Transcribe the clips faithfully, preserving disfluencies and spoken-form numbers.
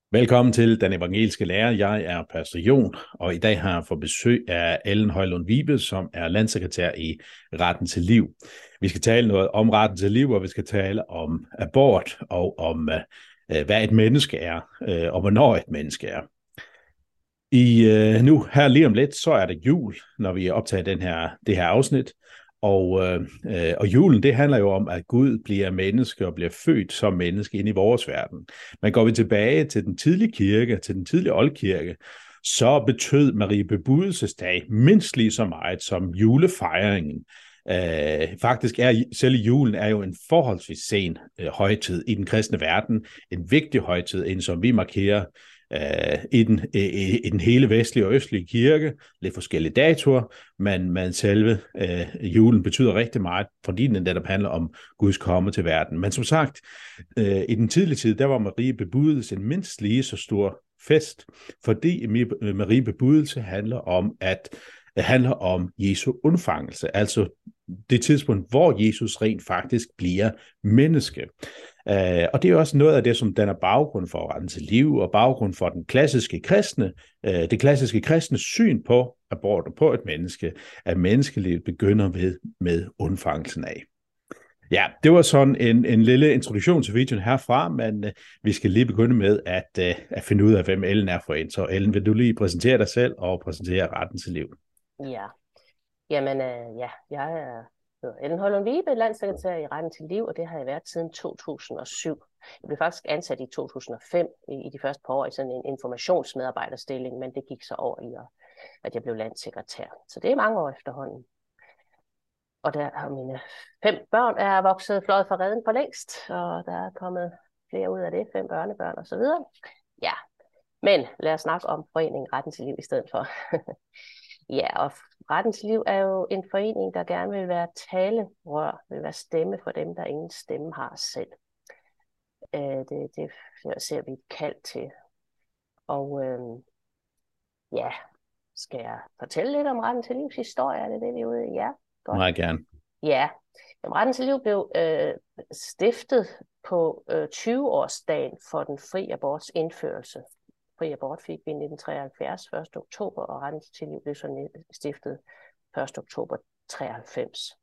Velkommen til Den Evangeliske Lærer. Jeg er Pastor Jon, og i dag har jeg for besøg af Ellen Højlund Vibe, som er landsekretær i Retten til Liv. Vi skal tale noget om retten til liv, og vi skal tale om abort og om, uh, hvad et menneske er, uh, og hvornår et menneske er. I uh, nu her lige om lidt, så er det jul, når vi optager den her, det her afsnit. Og, øh, og julen, det handler jo om, at Gud bliver menneske og bliver født som menneske ind i vores verden. Men går vi tilbage til den tidlige kirke, til den tidlige oldkirke, så betød Marie Bebudelsesdag mindst lige så meget som julefejringen. Øh, faktisk er selve julen er jo en forholdsvis sen øh, højtid i den kristne verden. En vigtig højtid, en som vi markerer Uh, i, den, i, i den hele vestlige og østlige kirke, lidt forskellige datoer, men, men selve uh, julen betyder rigtig meget, fordi den netop handler om Guds komme til verden. Men som sagt, uh, i den tidlige tid, der var Marie Bebudelse en mindst lige så stor fest, fordi Marie Bebudelse handler om, at det handler om Jesu undfangelse, altså det tidspunkt, hvor Jesus rent faktisk bliver menneske. Uh, og det er også noget af det, som danner baggrund for retten til liv, og baggrund for den klassiske kristne, uh, det klassiske kristne syn på abort og på et menneske, at menneskelivet begynder ved med undfangelsen af. Ja, det var sådan en, en lille introduktion til videoen herfra, men uh, vi skal lige begynde med at, uh, at finde ud af, hvem Ellen er for en. Så Ellen, vil du lige præsentere dig selv og præsentere retten til liv? Ja, jamen øh, ja, jeg er hedder Ellen Højlund Vibe, landsekretær i Retten til Liv, og det har jeg været siden to tusind og syv. Jeg blev faktisk ansat i to tusind og fem i, i de første par år i sådan en informationsmedarbejderstilling, men det gik så over i, at jeg blev landssekretær. Så det er mange år efterhånden. Og der har mine fem børn er vokset fløjet fra reden for længst, og der er kommet flere ud af det, fem børnebørn og så videre. Ja, men lad os snakke om foreningen Retten til Liv i stedet for. Ja, og Retten til Liv er jo en forening, der gerne vil være talerør, vil være stemme for dem, der ingen stemme har selv. Øh, det, det ser vi et kald til. Og øh, ja, skal jeg fortælle lidt om Retten til Livs historie? Er det det, vi er ude i? Ja, godt. Meget gerne. Ja, Jamen, Retten til Liv blev øh, stiftet på øh, tyve-årsdagen for den fri aborts indførelse. Fri abort fik vi i nitten treoghalvfjerds, første oktober, og Retten til Liv blev så stiftet første oktober treoghalvfems.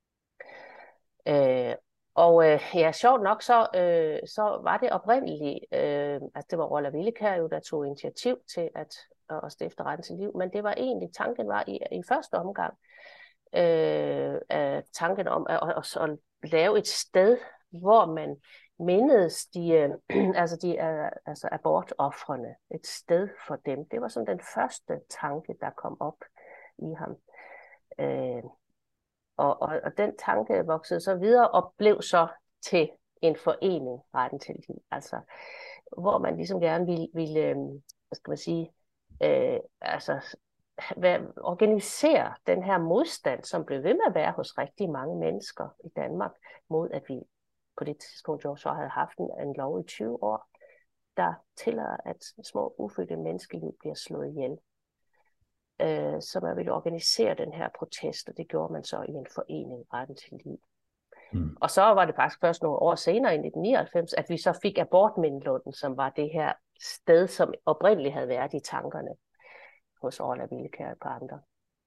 Øh, og øh, ja, sjovt nok, så, øh, så var det oprindeligt, øh, altså det var Rolla Villekær jo, der tog initiativ til at, at stifte Retten til Liv, men det var egentlig, tanken var i, i første omgang, øh, at tanken om at, at, at lave et sted, hvor man mindedes de, øh, altså de øh, altså abortoffrene, et sted for dem. Det var sådan den første tanke, der kom op i ham. Øh, og, og, og den tanke voksede så videre og blev så til en forening, Retten til Liv. Altså, hvor man ligesom gerne ville, ville øh, hvad skal man sige, øh, altså organisere den her modstand, som blev ved med at være hos rigtig mange mennesker i Danmark, mod at vi på det tidspunkt jo så havde haft en, en lov i tyve år, der tillader, at små ufødte menneskeliv bliver slået ihjel. Øh, så man ville organisere den her protest, og det gjorde man så i en forening, Retten til Liv. Mm. Og så var det faktisk først nogle år senere, i nitten nioghalvfems, at vi så fik Abortmindelunden, som var det her sted, som oprindeligt havde været i tankerne hos Orla Villekær og andre.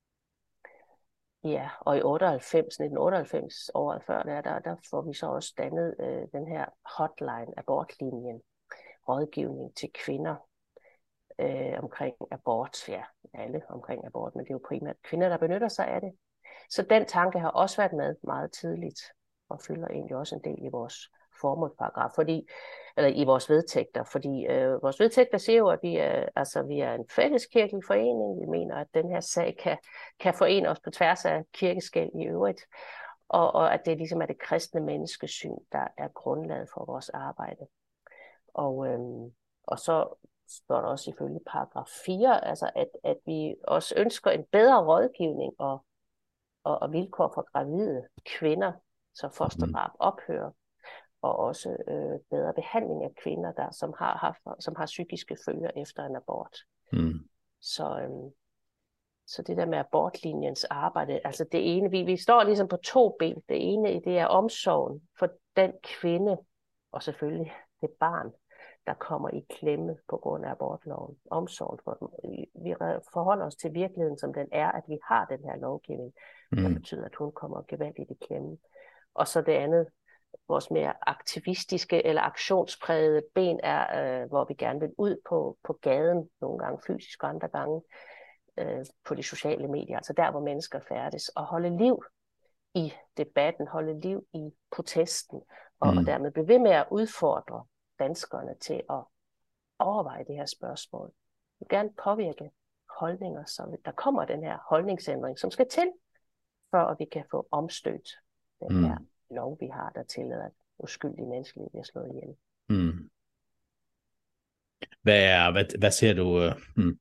Ja, og i otteoghalvfems, nitten otteoghalvfems, året før, der, der, der får vi så også dannet øh, den her hotline, abortlinjen, rådgivning til kvinder øh, omkring abort. Ja, alle omkring abort, men det er jo primært kvinder, der benytter sig af det. Så den tanke har også været med meget tidligt, og fylder egentlig også en del i vores formålsparagraf, fordi, eller i vores vedtægter, fordi øh, vores vedtægter siger jo, at vi er, altså, vi er en fælleskirkelig forening. Vi mener, at den her sag kan, kan forene os på tværs af kirkeskel i øvrigt, og, og at det ligesom er det kristne menneskesyn, der er grundlaget for vores arbejde. Og, øh, og så står der også ifølge paragraf fire, altså at, at vi også ønsker en bedre rådgivning og, og, og vilkår for gravide kvinder, så fosterdrab ophører, og også øh, bedre behandling af kvinder, der, som, har haft, som har psykiske følger efter en abort. Mm. Så, øhm, så det der med abortlinjens arbejde, altså det ene, vi, vi står ligesom på to ben. Det ene, det er omsorgen for den kvinde, og selvfølgelig det barn, der kommer i klemme på grund af abortloven, omsorgen for dem. Vi forholder os til virkeligheden, som den er, at vi har den her lovgivning, mm. der betyder, at hun kommer gevaldigt i klemme. Og så det andet, vores mere aktivistiske eller aktionsprægede ben er, øh, hvor vi gerne vil ud på, på gaden, nogle gange fysisk og andre gange øh, på de sociale medier, altså der, hvor mennesker færdes, og holde liv i debatten, holde liv i protesten, og, mm. og dermed blive ved med at udfordre danskerne til at overveje det her spørgsmål. Vi vil gerne påvirke holdninger, så der kommer den her holdningsændring, som skal til, for at vi kan få omstødt den mm. her lov, vi har, der tillader, at uskyldige mennesker bliver slået ihjel. Mm. Hvad, er, hvad, hvad ser du... Uh, hmm.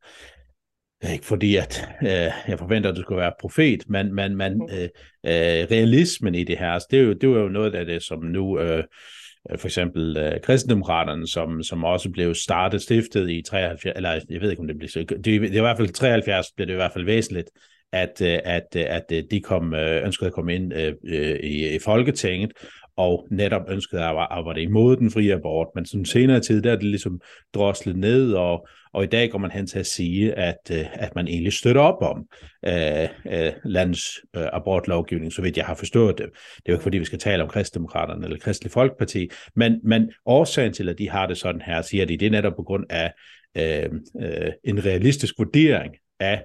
Ikke fordi, at øh, jeg forventer, at du skal være profet, men, men, men øh, øh, realismen i det her, altså, det, er jo, det er jo noget af det, som nu øh, for eksempel øh, kristendemokraterne, som, som også blev startet, stiftet i treoghalvfjerds, eller jeg ved ikke, om det blev så, det, det er i hvert fald treoghalvfjerds, blev det i hvert fald væsentligt, at, at, at de kom, ønskede at komme ind øh, i, i Folketinget, og netop ønskede at arbejde imod den frie abort, men som senere tid, der er det ligesom droslet ned, og, og i dag går man hen til at sige, at, at man egentlig støtter op om øh, øh, landets øh, abortlovgivning, så vidt jeg har forstået det. Det er jo ikke, fordi vi skal tale om kristendemokraterne eller Kristelig Folkeparti, men, men årsagen til, at de har det sådan her, siger de, det er netop på grund af øh, øh, en realistisk vurdering af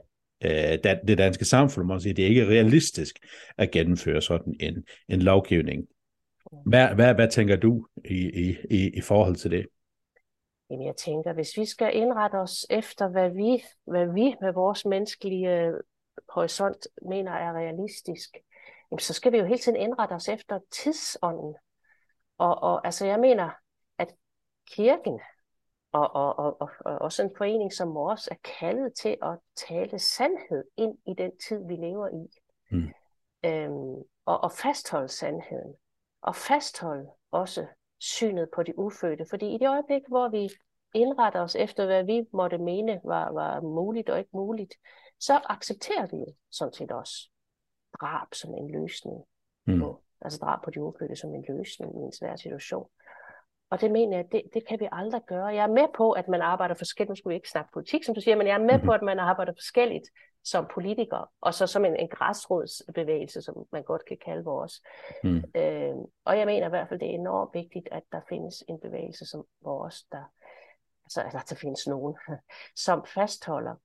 det danske samfund. Man siger, det er ikke realistisk at gennemføre sådan en, en lovgivning. Hvad, hvad, hvad tænker du i, i, i forhold til det? Jamen, jeg tænker, hvis vi skal indrette os efter, hvad vi, hvad vi med vores menneskelige horisont mener er realistisk, jamen, så skal vi jo hele tiden indrette os efter tidsånden. Og, og altså, jeg mener, at kirken og, og, og, og, og også en forening som vores er kaldet til at tale sandhed ind i den tid, vi lever i. Mm. Øhm, og, og fastholde sandheden. Og fastholde også synet på de ufødte. Fordi i det øjeblik, hvor vi indretter os efter, hvad vi måtte mene var, var muligt og ikke muligt, så accepterer vi sådan set også drab som en løsning. Mm. På, altså drab på de ufødte som en løsning i en svær situation. Og det mener jeg, det, det kan vi aldrig gøre. Jeg er med på, at man arbejder forskelligt. Nu skulle vi ikke snakke politik, som du siger, men jeg er med mm-hmm. på, at man arbejder forskelligt som politiker, og så som en, en græsrodsbevægelse, som man godt kan kalde vores. Mm. Øh, og jeg mener i hvert fald, det er enormt vigtigt, at der findes en bevægelse som vores, der, altså at der findes nogen, som fastholder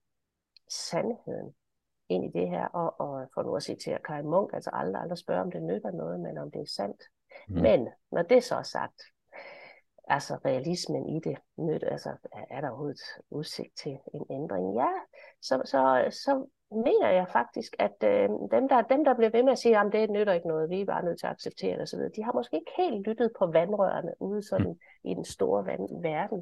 sandheden ind i det her, og, og for nu at sige til Kaj Munk, altså aldrig, aldrig spørge, om det nytter noget, men om det er sandt. Mm. Men når det så er sagt, altså realismen i det, nyt, altså er der overhovedet udsigt til en ændring? Ja, så, så, så mener jeg faktisk, at øh, dem, der, dem, der bliver ved med at sige, at det nytter ikke noget, vi er bare nødt til at acceptere det osv., de har måske ikke helt lyttet på vandrørene ude sådan mm. i den store vand, verden.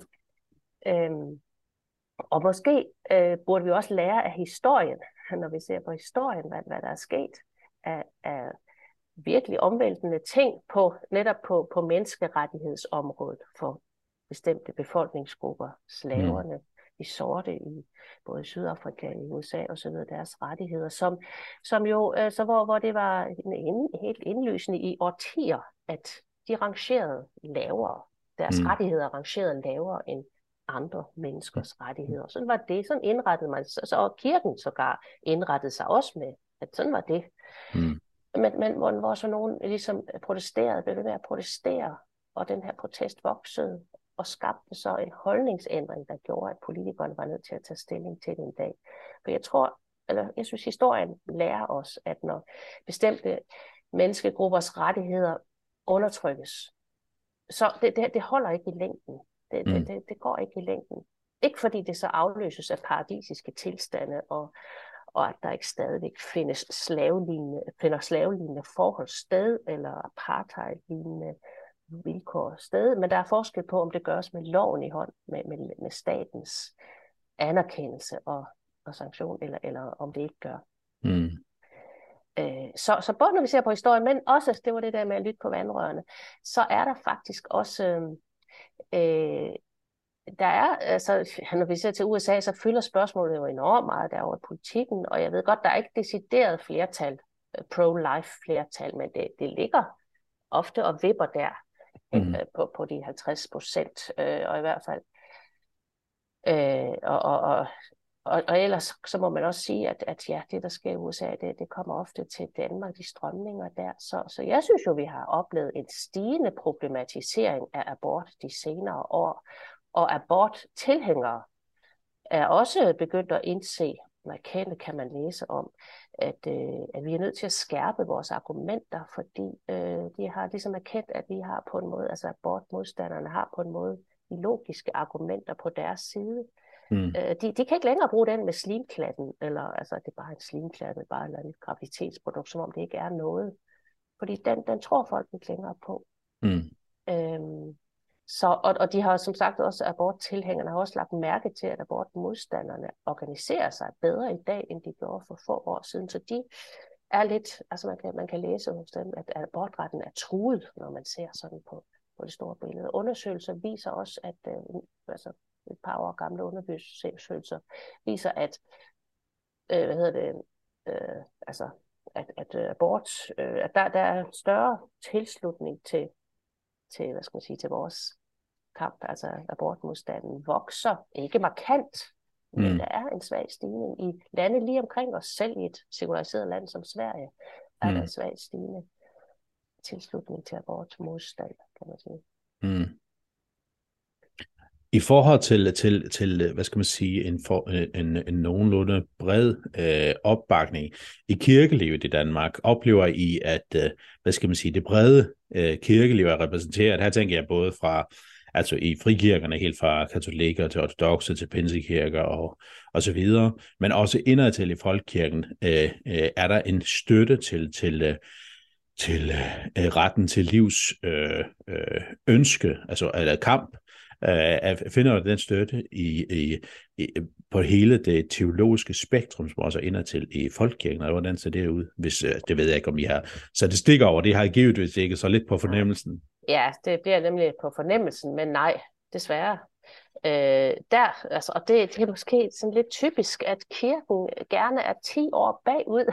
Øhm, og måske øh, burde vi også lære af historien, når vi ser på historien, hvad, hvad der er sket af, af virkelig omvæltende ting på netop på, på menneskerettighedsområdet for bestemte befolkningsgrupper, slaverne, mm. de sorte i både Sydafrika, i U S A og så videre, deres rettigheder, som, som jo, altså, hvor, hvor det var en, helt indlysende i årtier, at de rangerede lavere, deres mm. rettigheder rangerede lavere end andre menneskers rettigheder. Sådan var det, sådan indrettede man sig, og kirken sågar indrettede sig også med, at sådan var det. Mm. Men, men hvor, hvor så nogen ligesom protesterede, blev ved med at protestere, og den her protest voksede, og skabte så en holdningsændring, der gjorde, at politikerne var nødt til at tage stilling til den dag. For jeg tror, eller jeg synes, historien lærer os, at når bestemte menneskegruppers rettigheder undertrykkes, så det, det, det holder ikke i længden. Det, mm. det, det, det går ikke i længden. Ikke fordi det så afløses af paradisiske tilstande, og og at der ikke stadigvæk findes slavelignende, finder slavelignende forhold sted, eller apartheidlignende vilkår sted, men der er forskel på, om det gøres med loven i hånd, med, med, med statens anerkendelse og, og sanktion, eller, eller om det ikke gør. Mm. Øh, så, så både når vi ser på historien, men også, det var det der med at lytte på vandrørene, så er der faktisk også øh, der er, altså, når vi ser til U S A, så fylder spørgsmålet jo enormt meget derovre i politikken, og jeg ved godt, der er ikke decideret flertal, pro-life flertal, men det, det ligger ofte og vipper der. Mm. på, på de halvtreds procent, øh, og i hvert fald. Øh, og, og, og, og, og ellers så må man også sige, at, at ja, det der sker i U S A, det, det kommer ofte til Danmark, de strømninger der. Så, så jeg synes jo, vi har oplevet en stigende problematisering af abort de senere år, og aborttilhængere er også begyndt at indse, erkende kan man læse om, at, øh, at vi er nødt til at skærpe vores argumenter, fordi øh, de har ligesom erkendt, at vi har på en måde, altså abortmodstanderne har på en måde de logiske argumenter på deres side. Mm. Øh, de, de kan ikke længere bruge den med slimklatten, eller altså det er bare en slimklatte, bare en eller anden graviditetsprodukt, som om det ikke er noget. Fordi den, den tror folk ikke længere på. Mm. Øhm, Så, og, og de har som sagt også, aborttilhængerne har også lagt mærke til, at abortmodstanderne organiserer sig bedre i dag, end de gjorde for få år siden. Så de er lidt, altså man kan, man kan læse hos dem, at abortretten er truet, når man ser sådan på, på det store billede. Undersøgelser viser også, at øh, altså et par år gamle undersøgelser viser, at øh, hvad hedder det, øh, altså at, at abort, øh, at der, der er større tilslutning til til, hvad skal man sige, til vores kamp, altså abortmodstanden vokser, ikke markant, men Mm. der er en svag stigning i lande lige omkring os, selv i et sekulariseret land som Sverige, er Mm. der en svag stigning tilslutning til abortmodstand, kan man sige. Mm. I forhold til, til, til, hvad skal man sige, en, for, en, en nogenlunde bred øh, opbakning i kirkelivet i Danmark, oplever I, at, øh, hvad skal man sige, det brede øh, kirkeliv er repræsenteret? Her tænker jeg både fra, altså i frikirkerne, helt fra katolikker til ortodokse til pinsekirker og, og så videre, men også indadtil i folkekirken, øh, øh, er der en støtte til, til øh, til øh, retten til livs øh, øh, ønske, altså eller kamp, øh, finder den støtte i, i, i, på hele det teologiske spektrum, som også er indadtil i folkekirken, og hvordan ser det ud? Hvis, øh, det ved jeg ikke, om I har statistikker over, det har I givet, hvis ikke, så lidt på fornemmelsen. Ja, det bliver nemlig på fornemmelsen, men nej, desværre. Øh, der, altså, og det, det er måske sådan lidt typisk, at kirken gerne er ti år bagud.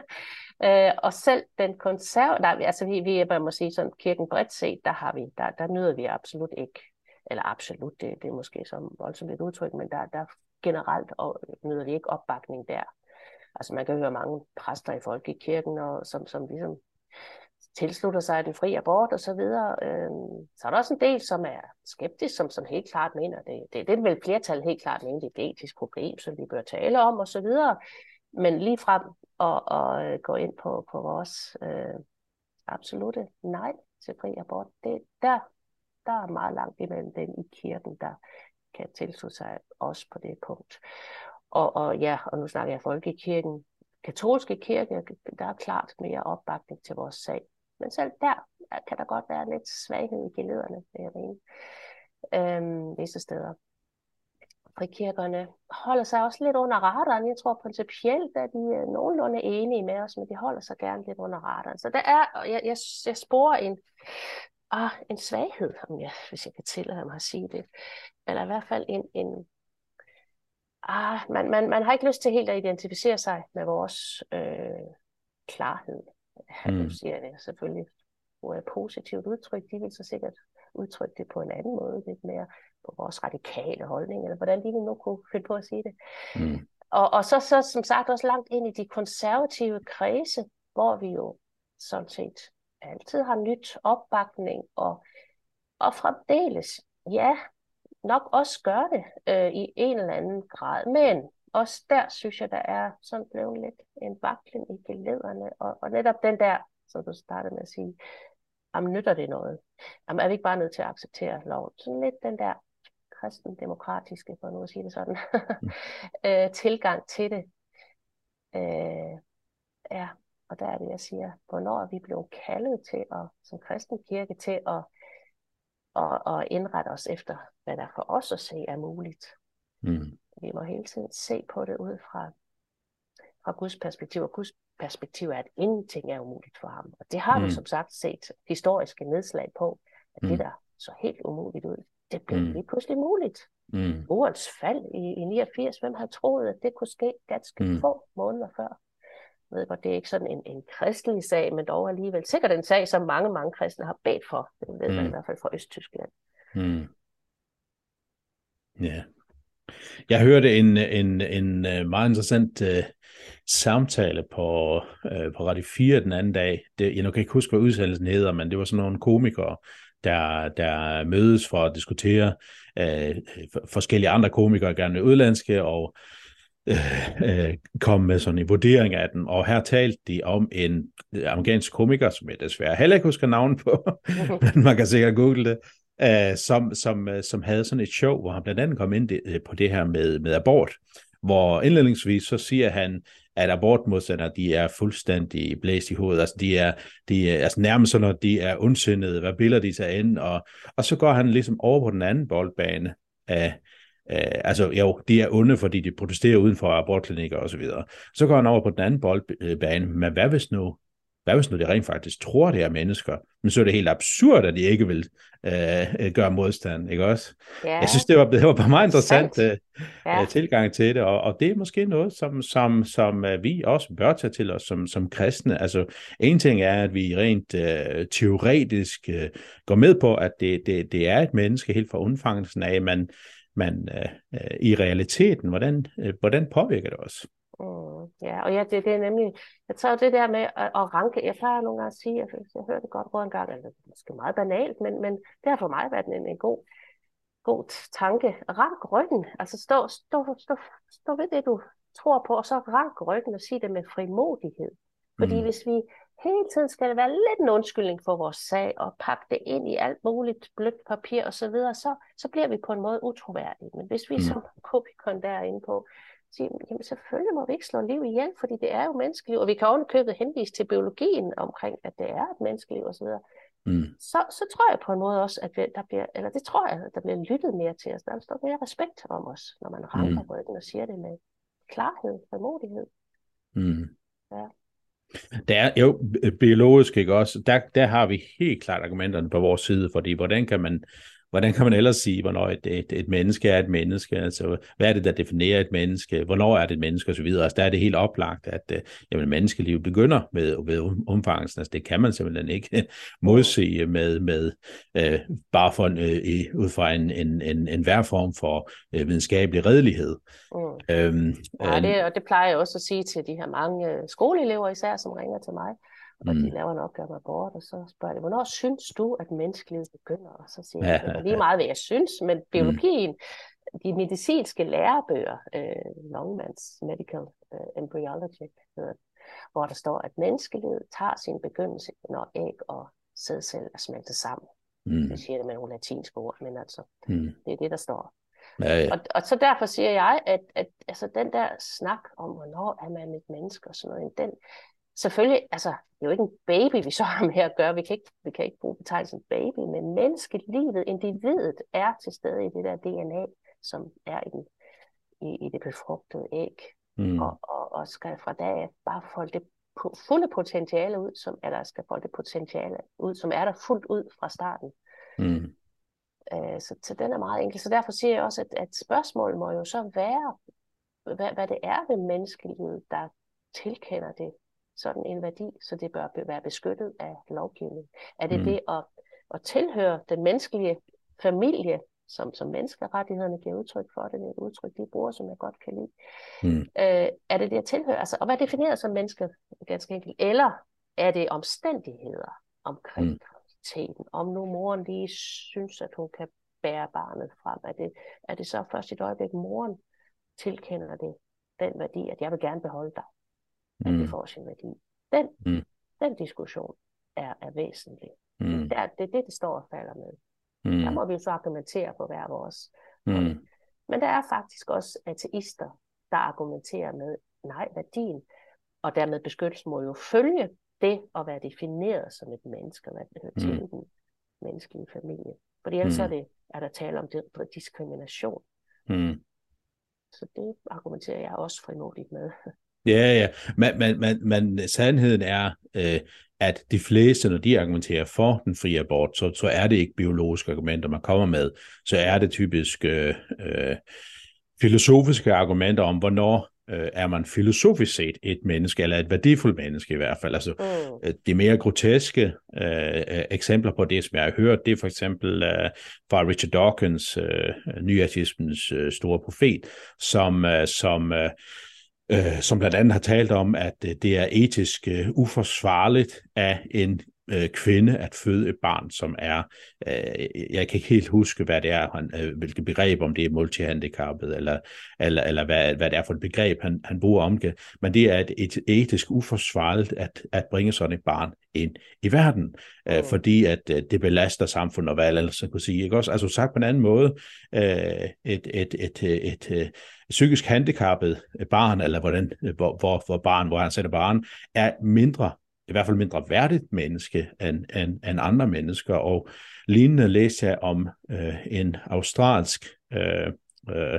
øh, og selv den konserv... Nej, altså vi, vi man må sige sådan, kirken bredt set, der, har vi, der, der nyder vi absolut ikke, eller absolut, det, det er måske som voldsomt et udtryk, men der, der generelt og, nyder vi ikke opbakning der. Altså man kan høre mange præster i folkekirken, og, som, som ligesom tilslutter sig den fri abort og så videre. Øhm, så er der også en del, som er skeptisk, som, som helt klart mener, det, det, det vil flertal helt klart mene, det er et etisk problem, som vi bør tale om og så videre. Men lige frem og, og gå ind på, på vores øh, absolutte nej til fri abort, det, der, der er meget langt imellem dem i kirken, der kan tilslutte sig også på det punkt. Og, og ja, og nu snakker jeg folkekirken. Katolske kirke, der er klart mere opbakning til vores sag. Men selv der kan der godt være lidt svaghed i gelederne, vil jeg mene, øhm, visse steder. Frikirkerne holder sig også lidt under radaren. Jeg tror principielt, at de er nogenlunde enige med os, men de holder sig gerne lidt under radaren. Så der er, jeg, jeg, jeg sporer en, ah, en svaghed, om jeg, hvis jeg kan tillade mig at sige det. Eller i hvert fald en, en ah, man, man, man har ikke lyst til helt at identificere sig med vores øh, klarhed. Mm. Nu siger jeg det selvfølgelig på et positivt udtryk. De vil så sikkert udtrykke det på en anden måde, lidt mere på vores radikale holdning, eller hvordan de nu kunne finde på at sige det. Mm. Og, og så, så som sagt også langt ind i de konservative kredse, hvor vi jo sådan set altid har nyt opbakning, og, og fremdeles, ja, nok også gør det øh, i en eller anden grad, men også der synes jeg, der er sådan blevet lidt en vaklen i gelederne, og, og netop den der, som du startede med at sige, jamen nytter det noget? Jamen er vi ikke bare nødt til at acceptere loven? Sådan lidt den der kristendemokratiske, for nu at sige det sådan, øh, tilgang til det. Øh, ja, og der er det, jeg siger, hvornår er vi blevet kaldet til, at, som kristen kirke, til at og, og indrette os efter, hvad der for os at se er muligt. Mm. Vi må hele tiden se på det ud fra, fra Guds perspektiv, og Guds perspektiv er, at ingenting er umuligt for ham. Og det har mm. vi som sagt set historiske nedslag på, at mm. det der så helt umuligt ud, det blev mm. lige pludselig muligt. Mm. Murens fald i, i niogfirs, hvem havde troet, at det kunne ske ganske mm. få måneder før. Jeg ved godt, det er ikke sådan en, en kristelig sag, men dog alligevel sikkert en sag, som mange, mange kristne har bedt for. Det ved man Mm. i hvert fald fra Østtyskland. Mm. Ja. Jeg hørte en, en, en meget interessant uh, samtale på, uh, på Radio fire den anden dag. Det, jeg nu kan ikke huske, hvad udsendelsen hedder, men det var sådan nogle komikere, der, der mødes for at diskutere uh, forskellige andre komikere, gerne udlandske, og uh, uh, komme med sådan en vurdering af den. Og her talte de om en amerikansk komiker, som jeg desværre heller ikke husker navnet på, men man kan sikkert google det. Uh, som, som, uh, som havde sådan et show, hvor han blandt andet kom ind det, på det her med, med abort, hvor indledningsvis så siger han, at abortmodstandere, de er fuldstændig blæst i hovedet, altså de er, de er altså nærmest sådan, at de er ondsindede, hvad billeder de tager ind, og, og så går han ligesom over på den anden boldbane af, uh, altså jo, de er onde, fordi de protesterer uden for abortklinikker og så videre. Så går han over på den anden boldbane, men hvad hvis nu Hvad hvis nu de rent faktisk tror, det er mennesker? Men så er det helt absurd, at de ikke vil øh, gøre modstand, ikke også? Ja, Jeg synes, det var, det var bare meget interessant øh, ja. tilgang til det, og, og det er måske noget, som, som, som øh, vi også bør tage til os som, som kristne. Altså, en ting er, at vi rent øh, teoretisk øh, går med på, at det, det, det er et menneske helt fra undfangelsen af, men, men øh, i realiteten, hvordan, øh, hvordan påvirker det os? Mm, ja, og ja, det, det er nemlig, jeg tager det der med at, at ranke, jeg plejer nogle gange at sige, jeg, jeg hørte det godt råd en gang, altså, det er måske meget banalt, men, men det har for mig været en, en god, god tanke. Rank ryggen, altså stå, stå, stå, stå ved det, du tror på, og så rank ryggen og sig det med frimodighed. Fordi mm. hvis vi hele tiden skal være lidt en undskyldning for vores sag, og pakke det ind i alt muligt blødt papir og så videre, så, så bliver vi på en måde utroværdige. Men hvis vi mm. som Kopikon der er inde på, siger, jamen selvfølgelig må vi ikke slå liv ihjel, fordi det er jo menneskeliv, og vi kan ovenikøbet henvise til biologien omkring, at det er et menneskeliv osv. Mm. Så, så tror jeg på en måde også, at vi, der bliver, eller det tror jeg, at der bliver lyttet mere til os. Der står mere respekt om os, når man ranker mm. ryggen og siger det med klarhed og modighed. Mm. Ja. Der er jo biologisk, ikke også? Der, der har vi helt klart argumenterne på vores side, fordi hvordan kan man Hvordan kan man ellers sige, hvornår et, et, et menneske er et menneske? Altså, hvad er det, der definerer et menneske? Hvornår er det et menneske? Og så videre. Altså, der er det helt oplagt, at uh, jamen, menneskeliv begynder med, med omfangelsen. Altså, det kan man simpelthen ikke modsige med, med uh, bare for en, uh, ud fra en, en, en, en hver form for uh, videnskabelig redelighed. Mm. Øhm, ja, det, og det plejer jeg også at sige til de her mange skoleelever især, som ringer til mig. Og mm. de laver en opgave med abort, og så spørger de, hvornår synes du, at menneskelivet begynder? Og så siger jeg, det er lige meget, hvad jeg synes, men biologien, mm. de medicinske lærebøger, øh, Longmans Medical øh, Embryology, hedder, hvor der står, at menneskelivet tager sin begyndelse, når æg og sædceller er smeltet sammen. Mm. Det siger det med nogle latinske ord, men altså, mm. det er det, der står. Ja, ja. Og, og så derfor siger jeg, at, at altså, den der snak om, hvornår er man et menneske og sådan noget, den selvfølgelig, altså, det er jo ikke en baby, vi så har med at gøre. Vi kan ikke, vi kan ikke bruge betegnelsen baby, men menneskelivet, individet, er til stede i det der D N A, som er i, den, i, i det befrugtede æg. Mm. Og, og, og skal fra dag af bare folde det fulde potentiale ud, som, eller skal folde det potentiale ud, som er der fuldt ud fra starten. Mm. Uh, så, så den er meget enkel. Så derfor siger jeg også, at, at spørgsmålet må jo så være, hvad, hvad det er ved menneskelivet, der tilkender det sådan en værdi, så det bør være beskyttet af lovgivning. Er det mm. det at, at tilhøre den menneskelige familie, som, som menneskerettighederne giver udtryk for, det er et udtryk, de bruger, som jeg godt kan lide. Mm. Øh, er det det at tilhøre? Altså, og hvad defineres som menneske, ganske enkelt? Eller er det omstændigheder omkring mm. graviditeten? Om nu moren lige synes, at hun kan bære barnet frem, er det, er det så først i et øjeblik, moren tilkender det den værdi, at jeg vil gerne beholde dig, at mm. det får sin værdi. Den, mm. den diskussion er, er væsentlig. Mm. Det, er, det er det, det står og falder med. Mm. Der må vi jo så argumentere på hver vores. Mm. Men der er faktisk også ateister, der argumenterer med, nej, værdien, og dermed beskyttelsen må jo følge det at være defineret som et menneske, hvad det hører til mm. den menneskelige familie. Fordi ellers mm. er, det, er der tale om det, diskrimination. Mm. Så det argumenterer jeg også frimodigt med. Ja, ja. Men, men, men, men sandheden er, øh, at de fleste, når de argumenterer for den frie abort, så, så er det ikke biologiske argumenter, man kommer med. Så er det typisk øh, øh, filosofiske argumenter om, hvornår øh, er man filosofisk set et menneske, eller et værdifuldt menneske i hvert fald. Altså, Mm. de mere groteske øh, eksempler på det, som jeg har hørt, det er for eksempel øh, fra Richard Dawkins, øh, nyateismens øh, store profet, som, øh, som øh, øh, som blandt andet har talt om, at øh, det er etisk øh, uforsvarligt af en øh, kvinde at føde et barn, som er, øh, jeg kan ikke helt huske, hvad det er, han, øh, hvilket begreb, om det er multihandicappet, eller, eller, eller hvad, hvad det er for et begreb, han, han bruger om det, men det er et, et etisk uforsvarligt at, at bringe sådan et barn ind i verden, øh, Mm. fordi at øh, det belaster samfundet, og hvad ellers så kunne sige, ikke også? Altså sagt på en anden måde, øh, et, et, et, et, et, et psykisk handicappet barn, eller hvordan, hvor, hvor, hvor barn, hvor han sætter barn, er mindre, i hvert fald mindre værdigt menneske end, end, end andre mennesker. Og lignende læste jeg om øh, en australsk, øh, øh,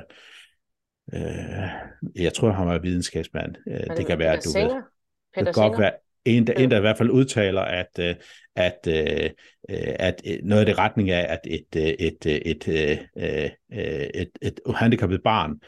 øh, jeg tror han var videnskabsmand. Det, det kan være, at du Singer? ved. Peter Det kan godt Singer? være en, der, en, der i hvert fald udtaler, at, at, at, at noget af det retning af, at et, et, et, et, et, et, et handicappet barn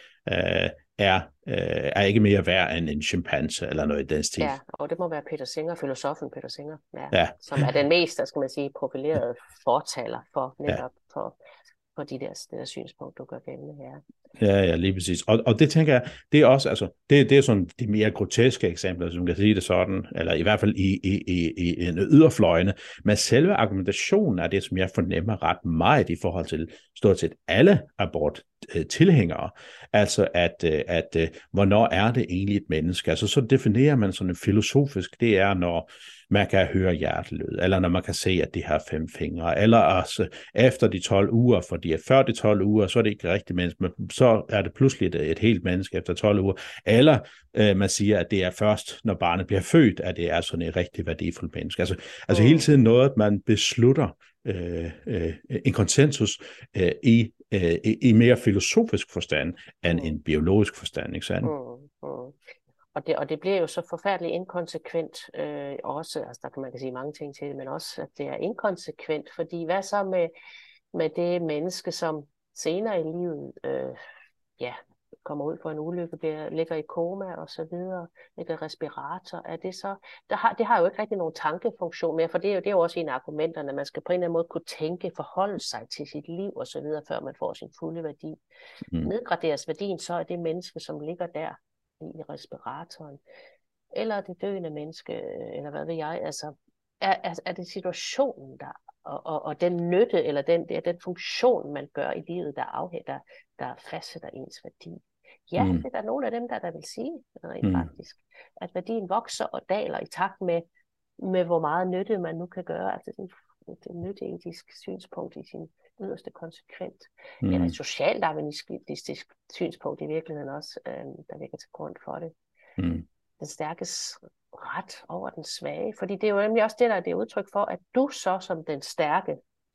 er, er ikke mere værd end en chimpanse eller noget i den stil. Ja, og det må være Peter Singer, filosofen Peter Singer, ja, ja. som er den mest, der skal man sige, profilerede fortaler for netop ja. for, for de der, det der synspunkt, du gør gældende her. Ja, ja, lige præcis. Og, og det tænker jeg, det er også, altså, det, det er sådan de mere groteske eksempler, som kan sige det sådan, eller i hvert fald i, i, i, i en yderfløjene, men selve argumentationen er det, som jeg fornemmer ret meget i forhold til stort set alle abort-tilhængere. Altså, at, at, at hvornår er det egentlig et menneske? Altså, så definerer man sådan en filosofisk, det er, når man kan høre hjertelyd, eller når man kan se, at de har fem fingre, eller altså efter de tolv uger, fordi før de tolv uger, så er det ikke rigtigt menneske, men så er det pludselig et, et helt menneske efter tolv uger, eller øh, man siger, at det er først, når barnet bliver født, at det er sådan et rigtig værdifuldt menneske. Altså, altså hele tiden noget, at man beslutter øh, øh, en konsensus øh, i, øh, i mere filosofisk forstand, end en biologisk forstand, ikke sandt? Mm, mm. Og det, og det bliver jo så forfærdeligt inkonsekvent øh, også, altså der kan man kan sige mange ting til det, men også at det er inkonsekvent, fordi hvad så med, med det menneske, som senere i livet øh, ja, kommer ud for en ulykke, bliver, ligger i koma og så videre, ligger i respirator, er det så, der har, det har jo ikke rigtig nogen tankefunktion mere, for det er jo, det er jo også en af argumenterne, man skal på en eller anden måde kunne tænke, forholde sig til sit liv og så videre, før man får sin fulde værdi. Mm. Nedgraderes værdien, så er det menneske, som ligger der i respiratoren, eller det døende menneske, eller hvad ved jeg, altså, er, er, er det situationen, der, og, og, og den nytte, eller den, det er den funktion, man gør i livet, der afhænger, der, der fastsætter ens værdi. Ja, mm. det er der nogle af dem, der, der vil sige, rent mm. faktisk, at værdien vokser og daler i takt med, med hvor meget nytte man nu kan gøre, altså det, det nytteetisk synspunkt i sin yderste konsekvent. Mm. Eller et socialdarwinistisk synspunkt i virkeligheden også, øh, der ligger til grund for det. Mm. Den stærkes ret over den svage. Fordi det er jo nemlig også det, der er det udtryk for, at du så som den stærke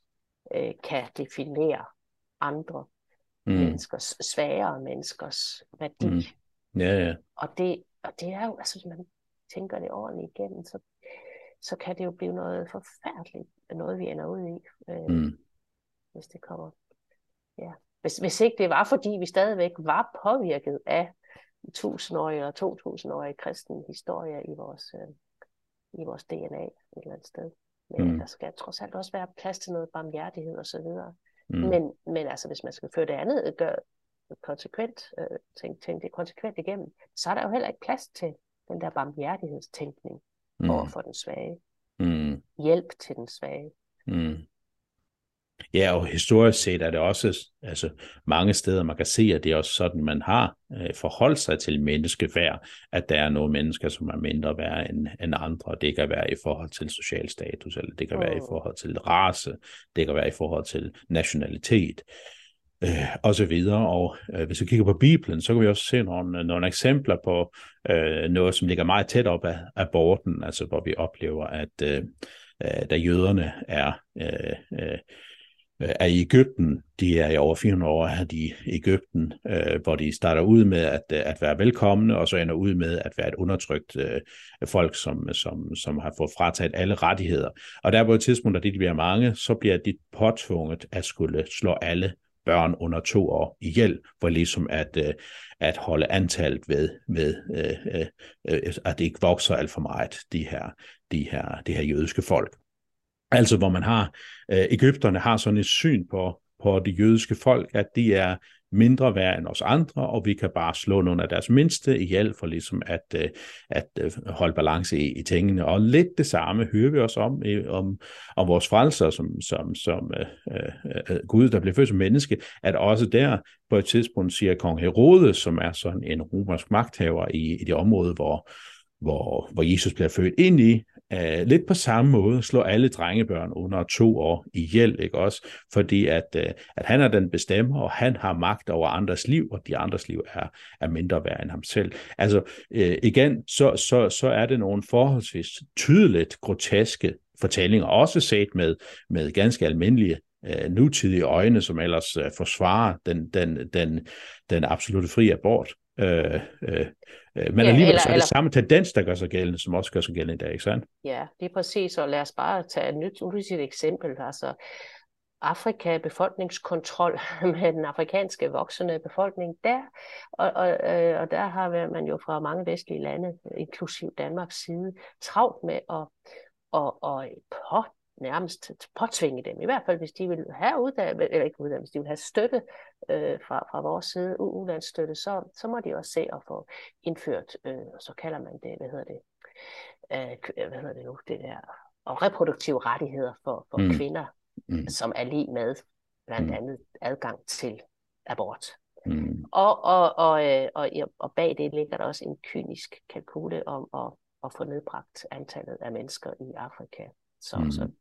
øh, kan definere andre mm. menneskers, svagere menneskers værdi. Mm. Ja, ja. Og det, og det er jo, altså hvis man tænker det ordentligt igennem, så, så kan det jo blive noget forfærdeligt, noget vi ender ud i. Øh, mm. hvis det kommer. Ja. Hvis, hvis ikke det var, fordi vi stadigvæk var påvirket af tusindårige eller to tusindårige kristen historie i vores, øh, i vores D N A et eller andet sted. Men mm. der skal trods alt også være plads til noget barmhjertighed og så videre. Mm. Men, men altså, hvis man skal føre det andet, gøre konsekvent, øh, tænke, tænke det konsekvent igennem, så er der jo heller ikke plads til den der barmhjertighedstænkning mm. over for den svage. Mm. Hjælp til den svage. Mm. Ja, og historisk set er det også altså, mange steder, man kan se, at det er også sådan, man har øh, forholdt sig til menneskeværd, at der er nogle mennesker, som er mindre værd end, end andre. Det kan være i forhold til social status, eller det kan være i forhold til race, det kan være i forhold til nationalitet, øh, og så videre. Og øh, hvis vi kigger på Bibelen, så kan vi også se nogle, nogle eksempler på øh, noget, som ligger meget tæt op af aborten, altså hvor vi oplever, at øh, da jøderne er... Øh, øh, er i Egypten, de er i over fire hundrede år her i Egypten, øh, hvor de starter ud med at, at være velkomne, og så ender ud med at være et undertrykt øh, folk, som, som, som har fået frataget alle rettigheder. Og der på et tidspunkt, da de bliver mange, så bliver de påtvunget at skulle slå alle børn under to år ihjel, for ligesom at, øh, at holde antallet ved, ved øh, øh, at det ikke vokser alt for meget, de her, de her, de her jødiske folk. Altså hvor man har, øh, Egypterne har sådan et syn på, på de jødiske folk, at de er mindre værd end os andre, og vi kan bare slå nogle af deres mindste ihjel for ligesom at, øh, at øh, holde balance i, i tingene. Og lidt det samme hører vi også om, om, om vores frelser, som, som, som øh, øh, Gud, der blev født som menneske, at også der på et tidspunkt siger kong Herodes, som er sådan en romersk magthaver i, i det område, hvor Hvor, hvor Jesus bliver født ind i, uh, lidt på samme måde, slår alle drengebørn under to år ihjel, ikke også? Fordi at, uh, at han er den bestemmer, og han har magt over andres liv, og de andres liv er, er mindre værd end ham selv. Altså uh, igen, så, så, så er det nogle forholdsvis tydeligt groteske fortællinger, også set med, med ganske almindelige uh, nutidige øjne, som ellers uh, forsvarer den, den, den, den absolutte fri abort. Øh, øh, men Ja, alligevel eller, så er det eller, samme tendens, der gør sig gældende, som også gør sig gældende i dag, ikke sandt? ja, det er præcis, og lad os bare tage et nyt et eksempel. Altså, Afrika, befolkningskontrol med den afrikanske voksende befolkning der, og, og, øh, og der har man jo fra mange vestlige lande, inklusiv Danmarks side, travlt med at, at, at på, nærmest påtvinge dem, i hvert fald hvis de vil have uddannelse, eller ikke uddannelse, hvis de vil have støtte øh, fra, fra vores side, ulandsstøtte, så, så må de også se at få indført, øh, så kalder man det, hvad hedder det, øh, hvad hedder det nu, det der, og reproduktive rettigheder for, for mm. kvinder, mm. som er lige med blandt andet adgang til abort. Mm. Og, og, og, og, og, og bag det ligger der også en kynisk kalkule om at, at få nedbragt antallet af mennesker i Afrika. Så, mm. så,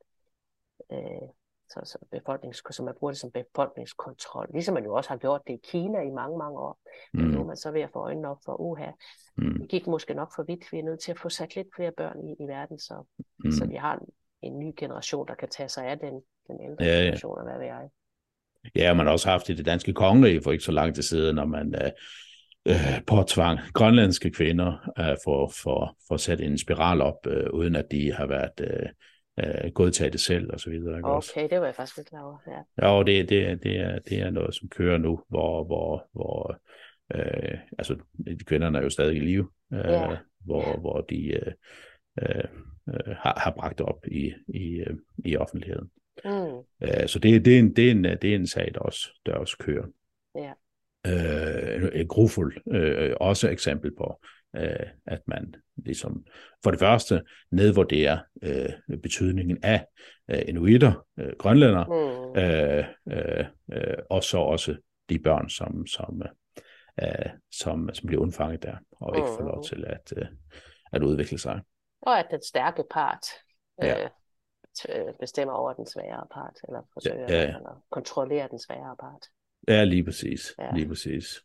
øh, så, så, befolknings, så man bruger det som befolkningskontrol. Ligesom man jo også har gjort det i Kina i mange, mange år. Mm. Men nu er man så ved at få øjnene op for, uha, mm. det gik måske nok for vidt. Vi er nødt til at få sat lidt flere børn i, i verden, så, mm. så vi har en, en ny generation, der kan tage sig af den, den ældre ja, generation, og hvad ved jeg. Ja, man har også haft i det danske kongerige for ikke så lang tid siden, når man øh, øh, påtvang grønlandske kvinder øh, for, for, for at sætte en spiral op, øh, uden at de har været øh, øh, godtaget det selv, og så videre. Ikke okay, også? Det var jeg faktisk lidt klar over, ja. Ja, og det, det, det, er, det er noget, som kører nu, hvor, hvor, hvor øh, altså, kvinderne er jo stadig i live, øh, ja. hvor, ja. hvor de øh, øh, har, har bragt op i, i, øh, i offentligheden. Mm. Uh, så det, det, er en, det, er en, det er en sag, der også, der også kører. Ja. Uh, et grufuld uh, også eksempel på, uh, at man ligesom for det første nedvurderer uh, betydningen af uh, inuitter, uh, grønlænder, mm. uh, uh, uh, og så også de børn, som, som, uh, som, som bliver undfanget der, og mm. ikke får lov til at, uh, at udvikle sig. Og at den stærke part ja. øh, bestemmer over den svagere part, eller forsøger ja, ja. at kontrollere den svagere part. Ja, lige præcis. Ja. Lige præcis.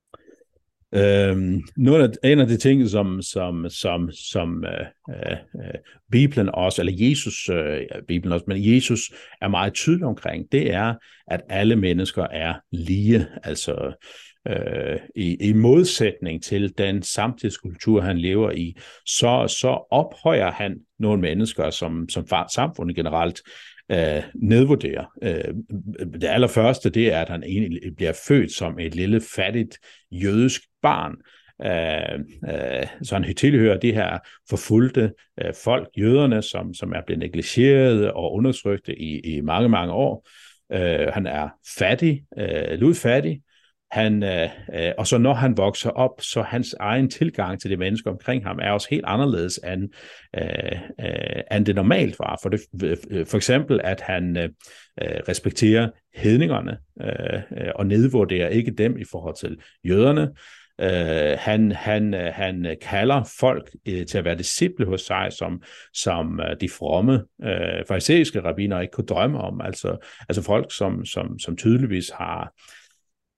Øhm, nogle af, en af de ting, som, som, som, som øh, øh, Bibelen også, eller Jesus, øh, Bibelen også, men Jesus er meget tydelig omkring, det er, at alle mennesker er lige, altså øh, i, i modsætning til den samtidskultur, han lever i, så, så ophøjer han nogle mennesker, som, som samfundet generelt øh, nedvurderer. Øh, det allerførste, det er, at han egentlig bliver født som et lille, fattigt, jødisk barn. Øh, øh, så han tilhører de her forfulgte øh, folk, jøderne, som, som er blevet negligeret og undertrykte i, i mange, mange år. Øh, han er fattig, øh, ludfattig. Han, øh, øh, og så når han vokser op, så hans egen tilgang til de mennesker omkring ham er også helt anderledes end, øh, øh, end det normalt var. For, det, for eksempel, at han øh, respekterer hedningerne øh, og nedvurderer ikke dem i forhold til jøderne. Uh, han, han, han kalder folk uh, til at være disciple hos sig, som, som uh, de fromme uh, farisæiske rabbiner ikke kunne drømme om. Altså, altså folk, som, som, som tydeligvis har,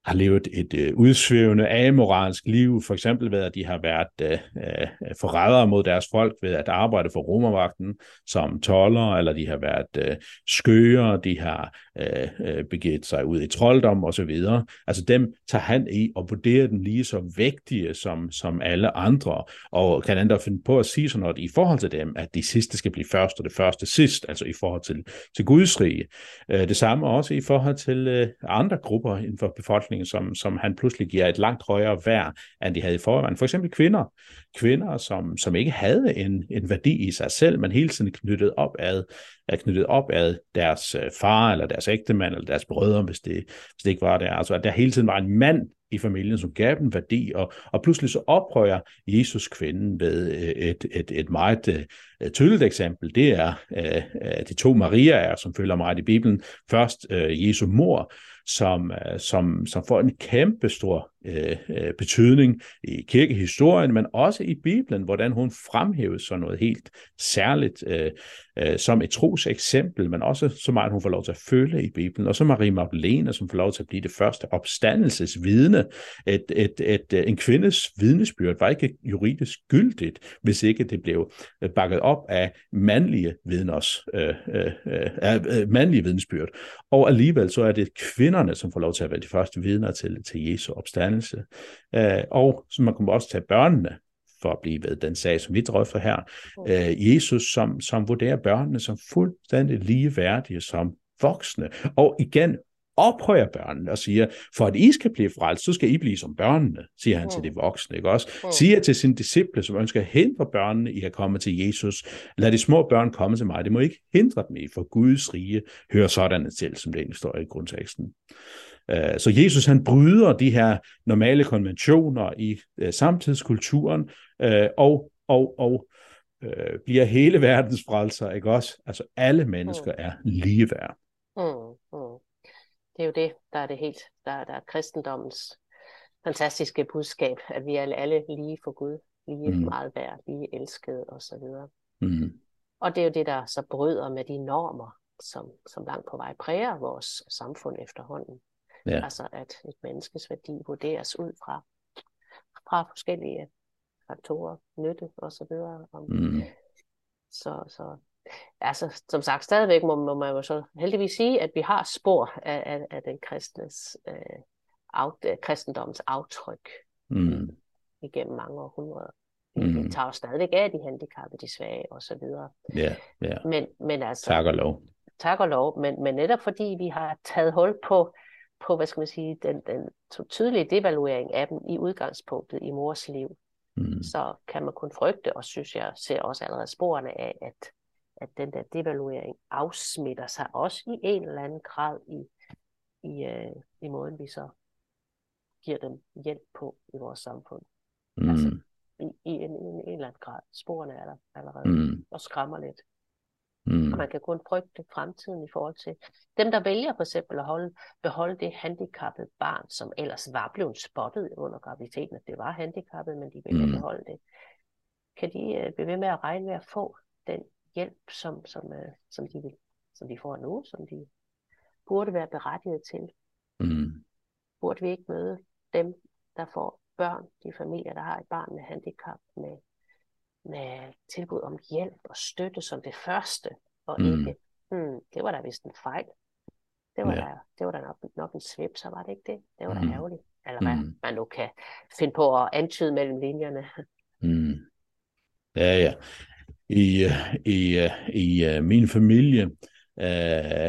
har levet et øh, udsvævende, amoralsk liv, for eksempel ved, at de har været øh, øh, forrædere mod deres folk ved at arbejde for romervagten som toldere, eller de har været øh, skøre, de har øh, øh, begivet sig ud i trolddom osv. Altså dem tager han i og vurderer dem lige så vægtige som, som alle andre, og kan endda finde på at sige sådan noget i forhold til dem, at de sidste skal blive først, og det første sidst, altså i forhold til, til Guds rige. Øh, det samme også i forhold til øh, andre grupper inden for befolkningen, Som, som han pludselig giver et langt højere værd, end de havde i forvejen. For eksempel kvinder. Kvinder, som, som ikke havde en, en værdi i sig selv, men hele tiden knyttet op ad, er knyttet op ad deres far, eller deres ægtemand, eller deres brødre, hvis det, hvis det ikke var der. Altså, at der hele tiden var en mand i familien, som gav dem værdi, og, og pludselig så oprører Jesus kvinden ved et, et, et meget uh, tydeligt eksempel. Det er uh, de to Mariaer, som følger meget i Bibelen. Først uh, Jesu mor, som, som, som får en kæmpe stor øh, betydning i kirkehistorien, men også i Bibelen, hvordan hun fremhæves som noget helt særligt, øh, øh, som et troseksempel, men også så meget, hun får lov til at følge i Bibelen. Og så Marie Magdalene, som får lov til at blive det første opstandelsesvidne. Et, et, et, en kvindes vidnesbyrd var ikke juridisk gyldigt, hvis ikke det blev bakket op af mandlige vidners, øh, øh, øh, mandlige vidnesbyrd. Og alligevel så er det kvinderne, som får lov til at være de første vidner til, til Jesu opstandelse. Øh, og så man kan også tage børnene, for at blive ved den sag, som vi drøfter her. Øh, Jesus, som, som vurderer børnene som fuldstændig ligeværdige som voksne. Og igen ophøjer børnene og siger, for at I skal blive frelst, så skal I blive som børnene, siger han mm. til de voksne, ikke også? Mm. Siger til sine disciple, som ønsker at hindre børnene i at komme til Jesus, lad de små børn komme til mig, det må ikke hindre dem i, for Guds rige hører sådan til, som det egentlig står i grundteksten. Så Jesus, han bryder de her normale konventioner i samtidskulturen, og, og, og øh, bliver hele verdens frelser, ikke også? Altså alle mennesker mm. er ligeværd. Mm. Mm. Det er jo det, der er det helt, der, der er kristendommens fantastiske budskab, at vi er alle lige for Gud, lige mm. meget værd, lige elskede osv. Mm. Og det er jo det, der så bryder med de normer, som, som langt på vej præger vores samfund efterhånden. Ja. Altså at et menneskes værdi vurderes ud fra, fra forskellige faktorer, nytte osv. Mm. Så, så altså, som sagt, stadigvæk må, må man jo så heldigvis sige, at vi har spor af, af, af den kristnes, øh, af, kristendommens aftryk mm. igennem mange århundreder. Mm. Vi tager jo stadigvæk af de handicappede, de svage og så videre. Yeah, yeah. Men, men altså, tak og lov. Tak og lov, men, men netop fordi vi har taget hul på, på hvad skal man sige, den, den tydelige devaluering af dem i udgangspunktet i mors liv, mm. så kan man kun frygte, og synes jeg ser også allerede sporene af, at at den der devaluering afsmitter sig også i en eller anden grad i, i, øh, i måden, vi så giver dem hjælp på i vores samfund. Mm. Altså i, i en, en, en eller anden grad. Sporene er der allerede mm. og skræmmer lidt. Mm. Og man kan kun frygte fremtiden i forhold til dem, der vælger for eksempel at holde, beholde det handicappede barn, som ellers var blevet spottet under graviditeten, at det var handicappet, men de vælger mm. at beholde det. Kan de øh, blive ved med at regne med at få den hjælp, som, som, øh, som, de vil, som de får nu, som de burde være berettiget til. Mm. Burde vi ikke møde dem, der får børn, de familier, der har et barn med handicap, med, med tilbud om hjælp og støtte som det første, og mm. ikke, hmm, det var da vist en fejl. Det var, ja. der, det var da nok, nok en svip, så var det ikke det. Det var da mm. ærgerligt. Eller hvad mm. man nu kan finde på at antyde mellem linjerne. Mm. Ja, ja. I, i, i min familie øh,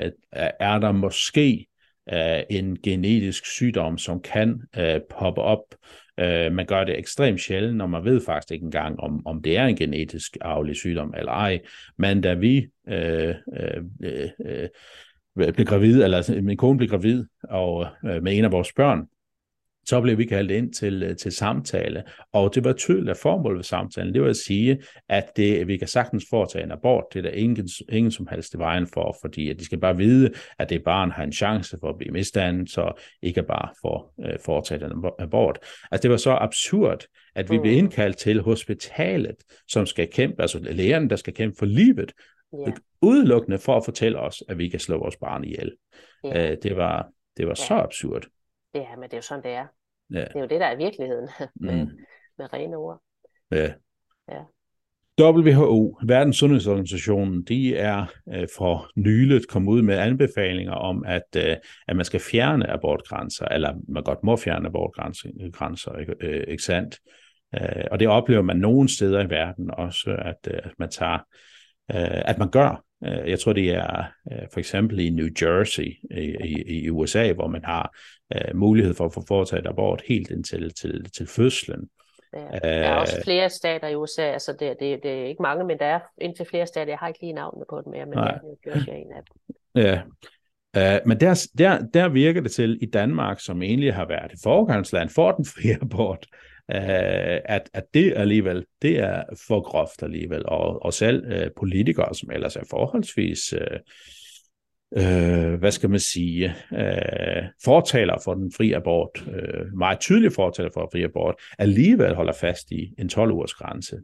er der måske øh, en genetisk sygdom, som kan øh, poppe op. Øh, man gør det ekstremt sjældent, og man ved faktisk ikke engang, om, om det er en genetisk arvelig sygdom eller ej. Men da vi øh, øh, øh, blev gravid, eller min kone blev gravid og, øh, med en af vores børn, så blev vi kaldt ind til, til samtale, og det var tydeligt, at formålet ved samtalen, det var at sige, at det, vi kan sagtens foretage en abort, det er der ingen, ingen som helst i vejen for, fordi at de skal bare vide, at det barn har en chance for at blive misdannet, så ikke bare for at uh, foretage en abort. Altså det var så absurd, at vi blev indkaldt til hospitalet, som skal kæmpe, altså lægerne, der skal kæmpe for livet, yeah. udelukkende for at fortælle os, at vi kan slå vores barn ihjel. Yeah. Uh, det var, det var yeah. så absurd. Ja, men det er jo sådan, det er. Ja. Det er jo det, der er virkeligheden med, Mm. med rene ord. Ja. Ja. W H O, Verdens Sundhedsorganisationen, de er øh, for nyligt kommet ud med anbefalinger om, at, øh, at man skal fjerne abortgrænser, eller man godt må fjerne abortgrænser, grænser, ikke, øh, ikke sandt? Øh, og det oplever man nogle steder i verden også, at, øh, at man tager, øh, at man gør. Øh, jeg tror, det er øh, for eksempel i New Jersey i, i, i U S A, hvor man har øh, mulighed for at få foretaget abort helt indtil til, til fødslen. Ja. Der er også flere stater i U S A, altså det, det, det er ikke mange, men der er indtil flere stater. Jeg har ikke lige navnene på dem mere, men Nej. ja, New Jersey er en af dem. Ja. Uh, men der, der, der virker det til i Danmark, som egentlig har været et foregangsland for den frie abort, uh, at, at det alligevel, det er for groft alligevel, og, og selv uh, politikere, som ellers er forholdsvis, uh, uh, hvad skal man sige, uh, fortaler for den frie abort, uh, meget tydelige fortaler for den frie abort, alligevel holder fast i en tolv-ugers grænse.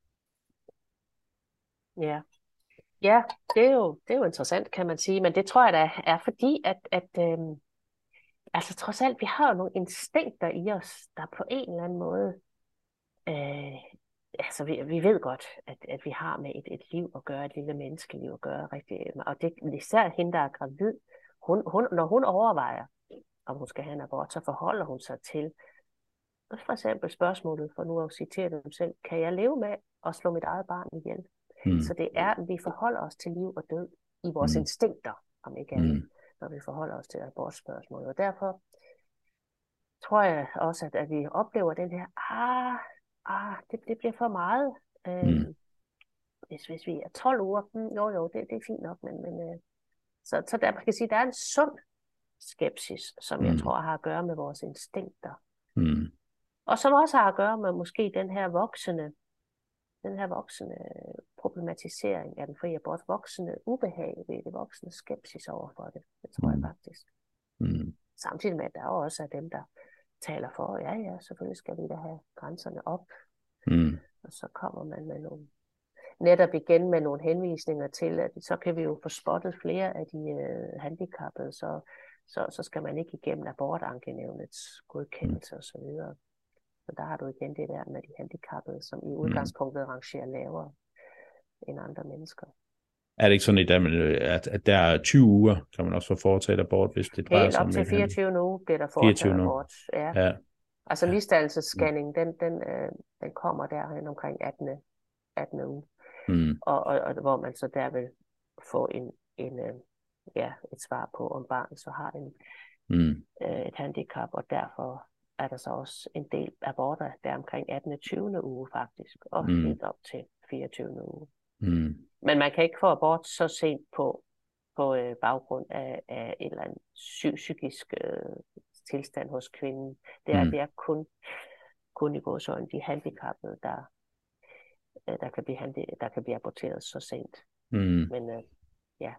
Ja. Ja, det er, jo, det er jo interessant, kan man sige, men det tror jeg da er fordi, at, at øhm, altså trods alt, vi har jo nogle instinkter i os, der på en eller anden måde, øh, altså vi, vi ved godt, at, at vi har med et, et liv at gøre, et lille menneskeliv at gøre rigtig, og det især hende, der er gravid, hun, hun, når hun overvejer, om hun skal have en abort, så forholder hun sig til, for eksempel spørgsmålet, for nu at citere dem selv, kan jeg leve med at slå mit eget barn ihjel? Mm. Så det er, at vi forholder os til liv og død i vores mm. instinkter, om ikke andet, mm. når vi forholder os til abortspørgsmålet. Og derfor tror jeg også, at, at vi oplever den her, ah, ah det, det bliver for meget. Mm. Øh, hvis, hvis vi er tolv uger, hmm, jo jo, det, det er fint nok, men, men øh, så, så der, man kan sige, der er en sund skepsis, som mm. jeg tror har at gøre med vores instinkter. Mm. Og som også har at gøre med måske den her voksende den her voksende problematisering af den frie abort, voksende ubehag ved det, voksende skepsis over for det. Det tror mm. jeg faktisk. Mm. Samtidig med, at der også er dem, der taler for, ja, ja, selvfølgelig skal vi da have grænserne op. Mm. Og så kommer man med nogle, netop igen med nogle henvisninger til, at så kan vi jo få spottet flere af de uh, handicappede, så, så, så skal man ikke igennem abortankenævnets godkendelse mm. og så videre. Så der har du igen det der med de handicappede, som i udgangspunktet rangerer lavere end andre mennesker. Er det ikke sådan i dag, at, at der er tyve uger, kan man også få foretaget abort, hvis det drejer Helt sig op om til fireogtyve uger bliver der foretaget abort. Ja. Ja. Altså misdannelsesscanning, den, den, øh, den kommer derhen omkring attende attende uge. Mm. Og, og, og hvor man så der vil få en, en, øh, ja, et svar på, om barnet så har en, mm. øh, et handicap, og derfor er der så også en del aborter der omkring attende tyvende uge faktisk, og mm. helt op til fireogtyvende uge. Mm. Men man kan ikke få abort så sent på, på øh, baggrund af, af en eller anden psy- psykisk øh, tilstand hos kvinden. Det er, mm. det er kun, kun i gåseøjne de handicappede, der, øh, der, kan blive handi- der kan blive aborteret så sent. Mm. Men øh, ja.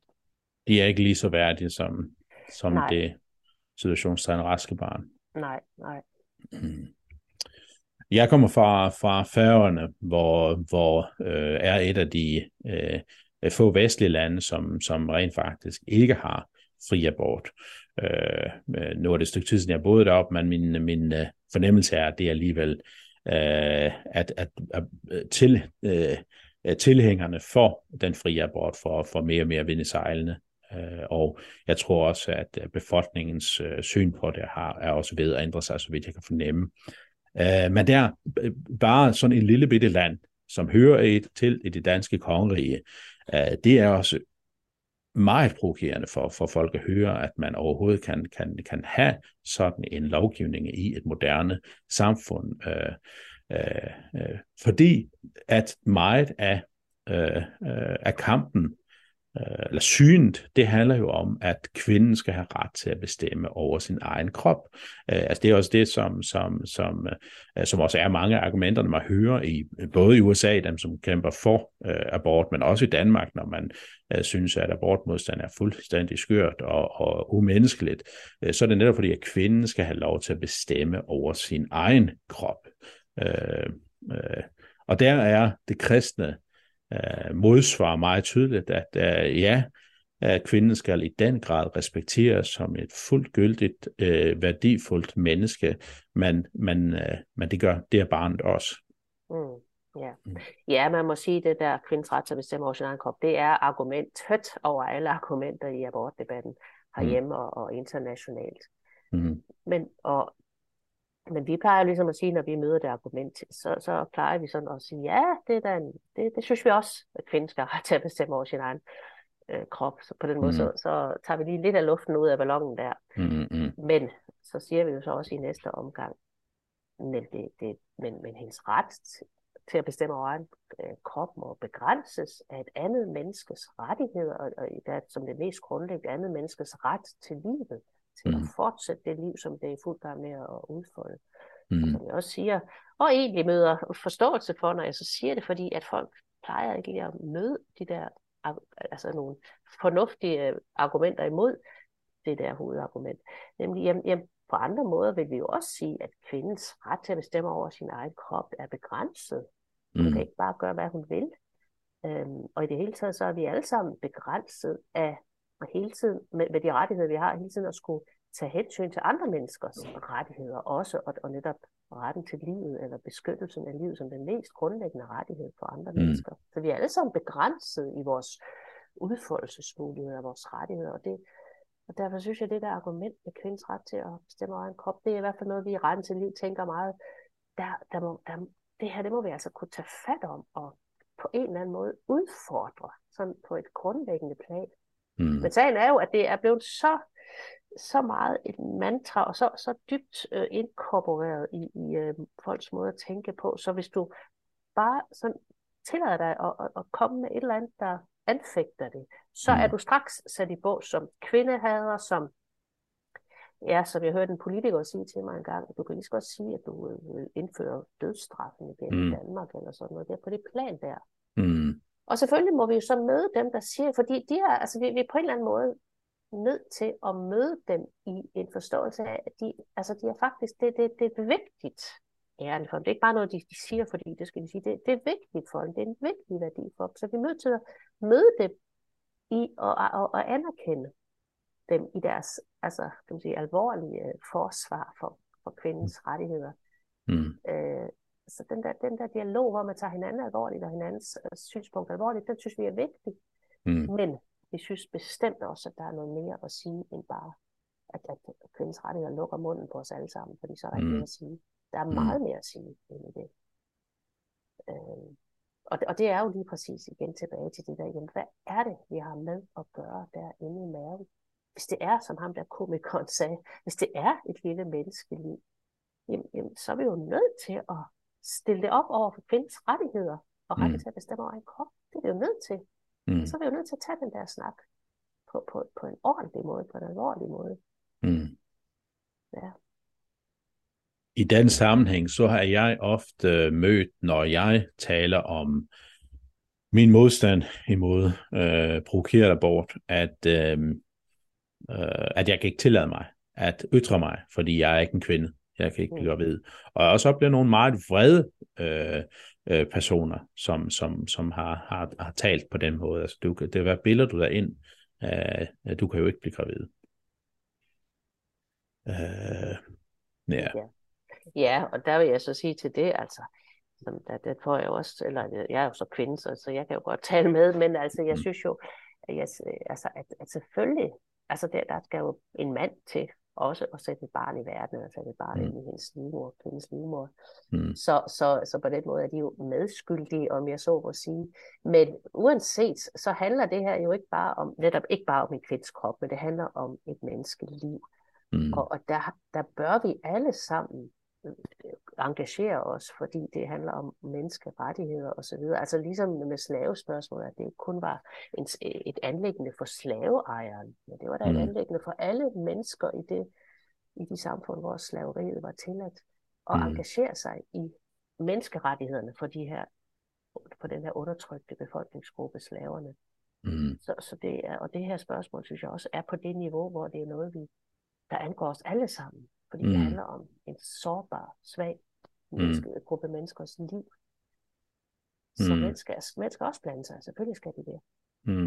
De er ikke lige så værdige som, som det situationstegn raske barn. Nej, nej. Mm. Jeg kommer fra, fra Færøerne, hvor, hvor øh, er et af de øh, få vestlige lande, som, som rent faktisk ikke har fri abort. Øh, nu er det et stykke tid siden, jeg boede deroppe, men min, min øh, fornemmelse er, at det er alligevel, øh, at, at, at til, øh, tilhængerne for den frie abort for, for mere og mere vind i sejlene. Uh, og jeg tror også, at befolkningens uh, syn på det har, er også ved at ændre sig, så vidt jeg kan fornemme. Uh, men der er bare sådan en lille bitte land, som hører et, til i det danske kongerige. Uh, det er også meget provokerende for, for folk at høre, at man overhovedet kan, kan, kan have sådan en lovgivning i et moderne samfund. Uh, uh, uh, fordi at meget af, uh, uh, af kampen eller synet, det handler jo om, at kvinden skal have ret til at bestemme over sin egen krop. Uh, altså det er også det, som, som, som, uh, som også er mange af argumenterne, man hører i både i U S A, dem som kæmper for uh, abort, men også i Danmark, når man uh, synes, at abortmodstand er fuldstændig skørt og, og umenneskeligt. Uh, så er det netop fordi, at kvinden skal have lov til at bestemme over sin egen krop. Uh, uh, og der er det kristne Uh, modsvar meget tydeligt, at uh, ja, at kvinden skal i den grad respekteres som et fuldgyldigt, øh, værdifuldt menneske, men, men, øh, men det gør det er barnet også. Mm. Ja. ja, man må sige, det der kvindens ret til at bestemme over sin egen krop, det er argumentet over alle argumenter i abortdebatten herhjemme mm. og, og internationalt. Mm. Men, og, men vi plejer ligesom at sige, når vi møder det argument, så, så plejer vi sådan at sige, ja, det, er da en, det, det synes vi også, at kvinden skal have ret til at bestemme over sin egen øh, krop. Så på den måde, mm. så, så tager vi lige lidt af luften ud af ballonen der. Mm-hmm. Men så siger vi jo så også i næste omgang, men, det, det, men, men hendes ret til, til at bestemme over egen øh, krop må begrænses af et andet menneskes rettigheder, og, og der, som det mest grundlæggende andet menneskes ret til livet, til mm. at fortsætte det liv, som det er i fuld gang med at udfolde. Mm. Og som jeg også siger, og egentlig møder forståelse for, når jeg så siger det, fordi at folk plejer ikke lige at møde de der, altså nogle fornuftige argumenter imod det der hovedargument. Nemlig, jamen, jamen, på andre måder vil vi jo også sige, at kvindens ret til at bestemme over sin egen krop er begrænset. Hun mm. kan ikke bare gøre, hvad hun vil. Øhm, og i det hele taget, så er vi alle sammen begrænset af hele tiden, med, med de rettigheder, vi har, hele tiden at skulle tage hensyn til andre menneskers rettigheder også, og, og netop retten til livet, eller beskyttelsen af livet som den mest grundlæggende rettighed for andre mm. mennesker. Så vi er alle sammen begrænset i vores udfoldelsesmuligheder, vores rettigheder, og det Og derfor synes jeg, at det der argument med kvindens ret til at bestemme over egen krop, det er i hvert fald noget, vi i Retten til Liv tænker meget. Der, der må, der, det her, det må vi altså kunne tage fat om, og på en eller anden måde udfordre, sådan på et grundlæggende plan. Mm. Men sagen er jo, at det er blevet så, så meget et mantra, og så, så dybt øh, inkorporeret i, i øh, folks måde at tænke på. Så hvis du bare sådan tillader dig at, at, at komme med et eller andet, der anfægter det, så mm. er du straks sat i bås som kvindehader, som, ja, som jeg hørte en politiker sige til mig en gang, du kan lige så godt sige, at du vil indføre dødsstraffen igen mm. i Danmark, eller sådan noget, der på det plan der. Mm. Og selvfølgelig må vi jo så møde dem, der siger, fordi de er, altså vi, vi er på en eller anden måde nødt til at møde dem i en forståelse af, at de, altså de er faktisk, det, det, det er vigtigt ærligt for dem. Det er ikke bare noget, de, de siger, fordi det skal de sige, det, det er vigtigt for dem, det er en vigtig værdi for dem, så vi er nødt til at møde dem i og, og, og anerkende dem i deres altså, kan man sige, alvorlige forsvar for, for kvindens mm. rettigheder. Mm. Øh, så den der, den der dialog, hvor man tager hinanden alvorligt og hinandens uh, synspunkt alvorligt, den synes vi er vigtig. Mm. Men vi synes bestemt også, at der er noget mere at sige, end bare, at, at kvindens rettigheder lukker munden på os alle sammen, fordi så er der mm. ikke mere at sige. Der er meget mere at sige end i det. Øh, Og det, og det er jo lige præcis igen tilbage til det der, jamen, hvad er det, vi har med at gøre derinde i maven? Hvis det er, som ham der komikeren sagde, hvis det er et lille menneskeliv, jamen, jamen, så er vi jo nødt til at stille det op over for kvindens rettigheder, og retten mm. til at bestemme over en krop. Det er vi jo nødt til. Mm. Så er vi jo nødt til at tage den der snak på, på, på en ordentlig måde, på en alvorlig måde. Mm. Ja. I den sammenhæng, så har jeg ofte mødt, når jeg taler om min modstand imod øh, provokeret abort, at, øh, øh, at jeg kan ikke tillade mig at ytre mig, fordi jeg er ikke en kvinde. Jeg kan ikke blive gravid. Og jeg har også oplevet nogle meget vrede øh, øh, personer, som, som, som har, har, har talt på den måde. Altså, du, det hvad billeder du der ind? Øh, du kan jo ikke blive gravid. Øh, ja. ja. Ja, og der vil jeg så sige til det, altså, som der, det får jeg også, eller jeg er jo så kvinde, så, så jeg kan jo godt tale med, men altså, jeg synes jo, at, jeg, altså, at, at selvfølgelig, altså, der, der skal jo en mand til også at sætte et barn i verden, altså sætte et barn mm. ind i hendes livmor, kvindens livmor. Mm. Så, så, så på den måde er de jo medskyldige, om jeg så må sige. Men uanset, så handler det her jo ikke bare om, netop ikke bare om en kvindes krop, men det handler om et menneskeliv. Mm. Og, og der, der bør vi alle sammen engagere os, fordi det handler om menneskerettigheder og så videre. Altså ligesom med slavespørgsmålet, at det ikke kun var en, et anliggende for slaveejeren, men det var da et mm. anliggende for alle mennesker i, det, i de samfund, hvor slaveriet var tilladt, at mm. engagere sig i menneskerettighederne for de her, for den her undertrykte befolkningsgruppe, slaverne. Mm. Så, så det er, og det her spørgsmål, synes jeg også, er på det niveau, hvor det er noget, vi, der angår os alle sammen. Fordi mm. det handler om en sårbar, svag menneske, mm. gruppe menneskers liv. Så mm. mennesker, mennesker også blande sig, selvfølgelig skal de det. Mm.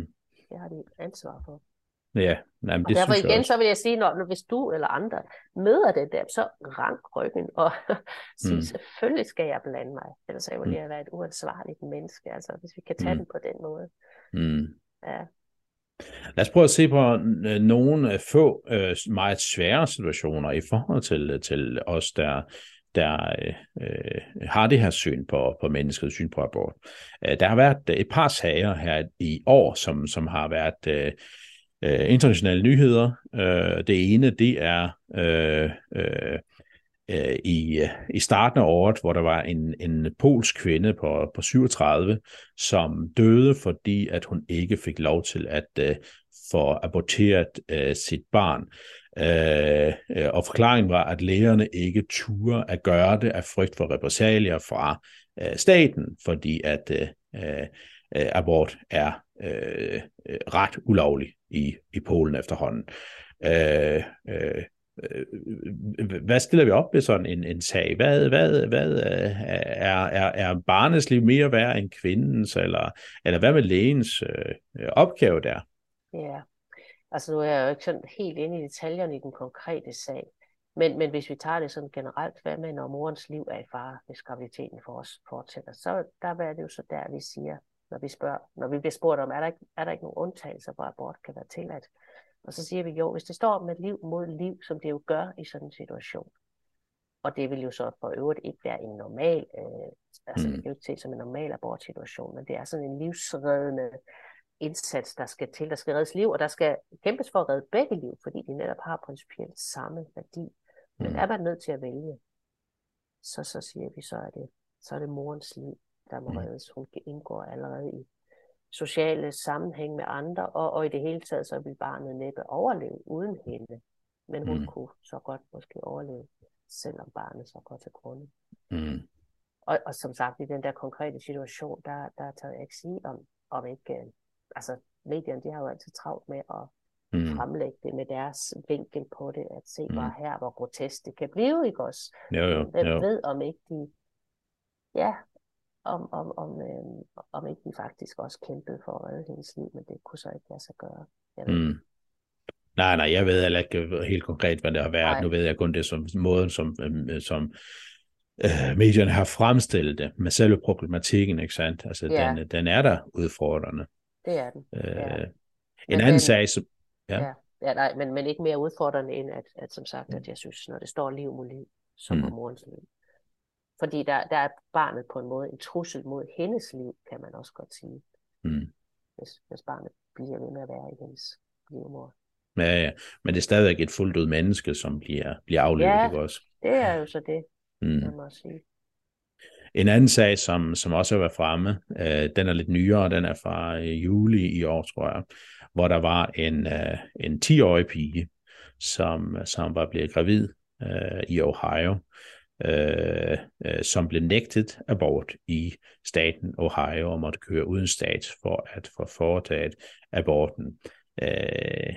Det har de ansvar for. Ja, jamen, Og det derfor synes jeg igen, også. så vil jeg sige, når, når hvis du eller andre møder det der, så rank ryggen og sige, Mm. selvfølgelig skal jeg blande mig. Ellers vil Mm. jeg være et uansvarligt menneske, altså hvis vi kan tage Mm. den på den måde. Mm. Ja. Lad os prøve at se på øh, nogle øh, få øh, meget svære situationer i forhold til, til os, der, der øh, har det her syn på, på menneskets syn på abort. Øh, der har været et par sager her i år, som, som har været øh, øh, internationale nyheder. Øh, det ene, det er øh, øh, øh, i, i starten af året, hvor der var en, en polsk kvinde på, på syvogtredive, som døde, fordi at hun ikke fik lov til at øh, få aborteret øh, sit barn. Øh, øh, og forklaringen var, at lægerne ikke turde at gøre det af frygt for repressalier fra øh, staten, fordi at øh, øh, abort er øh, ret ulovlig i, i Polen efterhånden. Øh, øh, Hvad stiller vi op ved sådan en, en sag? Hvad, hvad, hvad er, er, er barnets liv mere værd end kvindens, eller, eller hvad med lægens øh, opgave der? Ja, altså nu er jeg jo ikke sådan helt inde i detaljerne i den konkrete sag, men, men hvis vi tager det sådan generelt, hvad med når morens liv er i fare, hvis graviditeten for os fortsætter, så der er det jo så der, vi siger, når vi spørger, når vi bliver spurgt om, er der ikke, er der ikke nogen undtagelser, hvor abort kan være tilladt? Og så siger vi jo, hvis det står med liv mod liv, som det jo gør i sådan en situation, og det vil jo så for øvrigt ikke være en normal, øh, altså mm. det kan jo ikke ses som en normal abortsituation, men det er sådan en livsreddende indsats, der skal til, der skal reddes liv, og der skal kæmpes for at redde begge liv, fordi de netop har principielt samme værdi. Men mm. er man nødt til at vælge, så, så siger vi, så er det, så er det morens liv, der må mm. reddes. Hun indgår allerede i sociale sammenhæng med andre, og, og i det hele taget, så vil barnet næppe overleve uden hende. Men hun mm. kunne så godt måske overleve, selvom barnet så går til grunde. Mm. Og, og som sagt, i den der konkrete situation, der, der tager jeg ikke sige om, om ikke, altså medierne, de har jo altid travlt med at mm. fremlægge det med deres vinkel på det, at se mm. bare her, hvor grotesk det kan blive, ikke også? Jo, jo, Hvem jo. ved, om ikke de, ja, om, om, om, øh, om ikke de faktisk også kæmpede for at redde hendes liv, men det kunne så ikke lade sig gøre. Jeg ved. Mm. Nej, nej, jeg ved heller ikke helt konkret, hvad det har været. Nej. Nu ved jeg kun det som måden, som, som øh, medierne har fremstillet det, med selve problematikken, ikke sandt? Altså, ja. den, den er der udfordrende. Det er den. Øh, ja. En men anden den, sag, som... Ja, ja, ja nej, men, men ikke mere udfordrende, end at, at som sagt, at jeg synes, når det står liv mod liv, så mm. må morens liv. Fordi der, der er barnet på en måde en trussel mod hendes liv, kan man også godt sige. Mm. Hvis, hvis barnet bliver ved med at være i hendes livmor. Ja, ja, men det er stadigvæk et fuldt ud menneske, som bliver, bliver aflevet, ja, ikke også? det er jo så det, mm. man må sige. En anden sag, som, som også har været fremme, øh, den er lidt nyere, den er fra øh, juli i år, tror jeg, hvor der var en, øh, en ti-årig pige, som, som var blevet gravid øh, i Ohio, øh, øh, som blev nægtet abort i staten Ohio og måtte køre uden stat for at få foretaget aborten. Øh,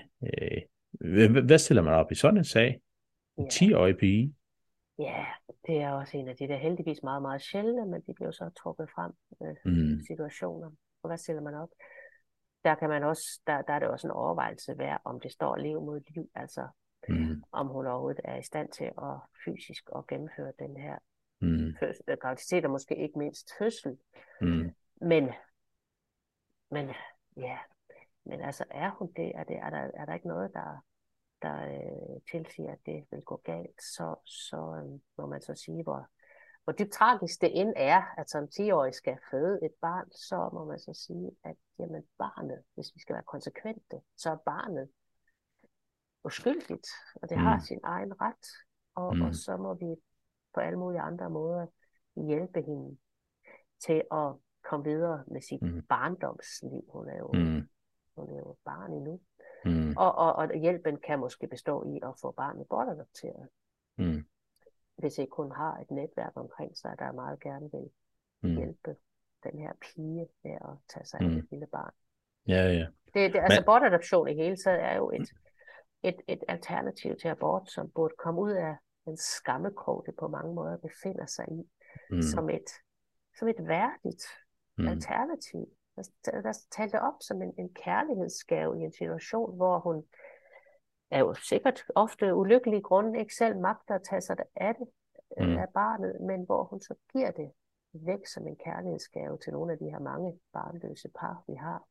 øh, hvad stiller man op i sådan en sag? En ti-årig pige? Ja, det er også en af de der heldigvis meget, meget sjældne, men de bliver så trukket frem øh, mm. situationer. Og hvad stiller man op? Der kan man også, der, der er det også en overvejelse værd, om det står liv mod liv, altså mm. om hun overhovedet er i stand til at fysisk at gennemføre den her mm. fødsel, graviditet, og måske ikke mindst fødsel. Mm. Men, men ja, men altså er hun det? Er, det, er, der, er der ikke noget, der der øh, tilsiger, at det vil gå galt, så, så øh, må man så sige, hvor, hvor dybt tragisk det end er, at som ti-årig skal føde et barn, så må man så sige, at jamen, barnet, hvis vi skal være konsekvente, så er barnet uskyldigt, og det mm. har sin egen ret, og, mm. og så må vi på alle mulige andre måder hjælpe hende til at komme videre med sit mm. barndomsliv. Hun er jo, mm. hun er jo barn endnu. Mm. Og, og, og hjælpen kan måske bestå i at få barnet bortadopteret. Mm. Hvis ikke hun har et netværk omkring sig, der meget gerne vil mm. hjælpe den her pige med at tage sig af mm. et lille barn. Ja, ja. Det, det, altså Men... bortadoption i hele taget er jo et, et, et alternativ til abort, som burde komme ud af den skammekrog, det på mange måder befinder sig i, mm. som, et, som et værdigt mm. alternativ. der, der talte op som en, en kærlighedsgave i en situation, hvor hun er jo sikkert ofte ulykkelige grunde ikke selv magter at tage sig af det, Mm. af barnet, men hvor hun så giver det væk som en kærlighedsgave til nogle af de her mange barnløse par, vi har.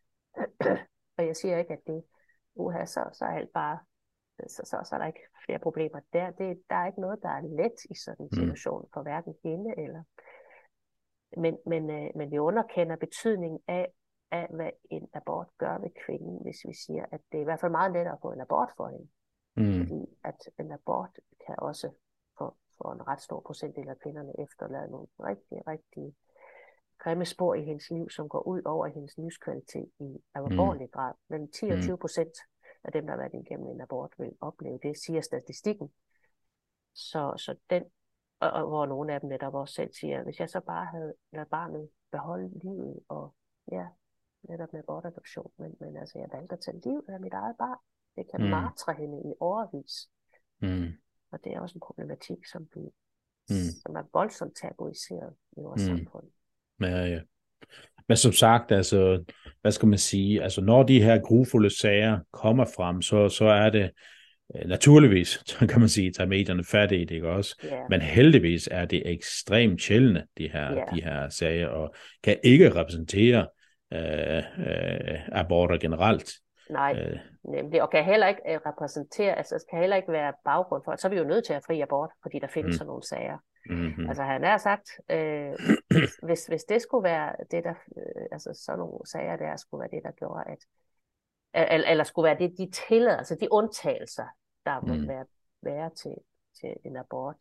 Og jeg siger ikke, at det uha, så, så er alt bare, så, så, så er der ikke flere problemer der. Det, der er ikke noget, der er let i sådan en situation for hverken hende eller... Men, men, øh, men vi underkender betydningen af, af, hvad en abort gør ved kvinden, hvis vi siger, at det er i hvert fald meget lettere at få en abort for hende. Mm. Fordi at en abort kan også for, for en ret stor procentdel af kvinderne efterlade nogle rigtig, rigtig grimme spor i hendes liv, som går ud over hendes livskvalitet i alvorlig mm. grad. Mellem ti og tyve procent af dem, der har været igennem en abort, vil opleve det, siger statistikken. Så, så den, og, og hvor nogle af dem netop også selv siger, hvis jeg så bare havde ladet barnet beholde livet, og ja, netop med abortadoption, men, men altså jeg valgte at tage livet af mit eget barn. Det kan mm. martre hende i årevis. Mm. Og det er også en problematik, som, vi, mm. som er voldsomt tabuiseret i vores mm. samfund. Ja, ja. Men som sagt, altså, hvad skal man sige, altså når de her grufulde sager kommer frem, så, så er det øh, naturligvis, så kan man sige, tager medierne fat i det, ikke også? Yeah. Men heldigvis er det ekstremt sjældne, de her, yeah. de her sager, og kan ikke repræsentere øh, øh, aborter generelt. Nej, øh. nemlig, og kan heller ikke uh, repræsentere, altså kan heller ikke være baggrund for, så er vi jo nødt til at fri abort, fordi der findes mm. sådan nogle sager. Mm-hmm. Altså han har sagt, øh, hvis, hvis, hvis det skulle være det, der, øh, altså sådan nogle sager der, skulle være det, der gjorde, at, eller, eller skulle være det, de tillader, altså de undtagelser, der må mm. være, være til, til en abort,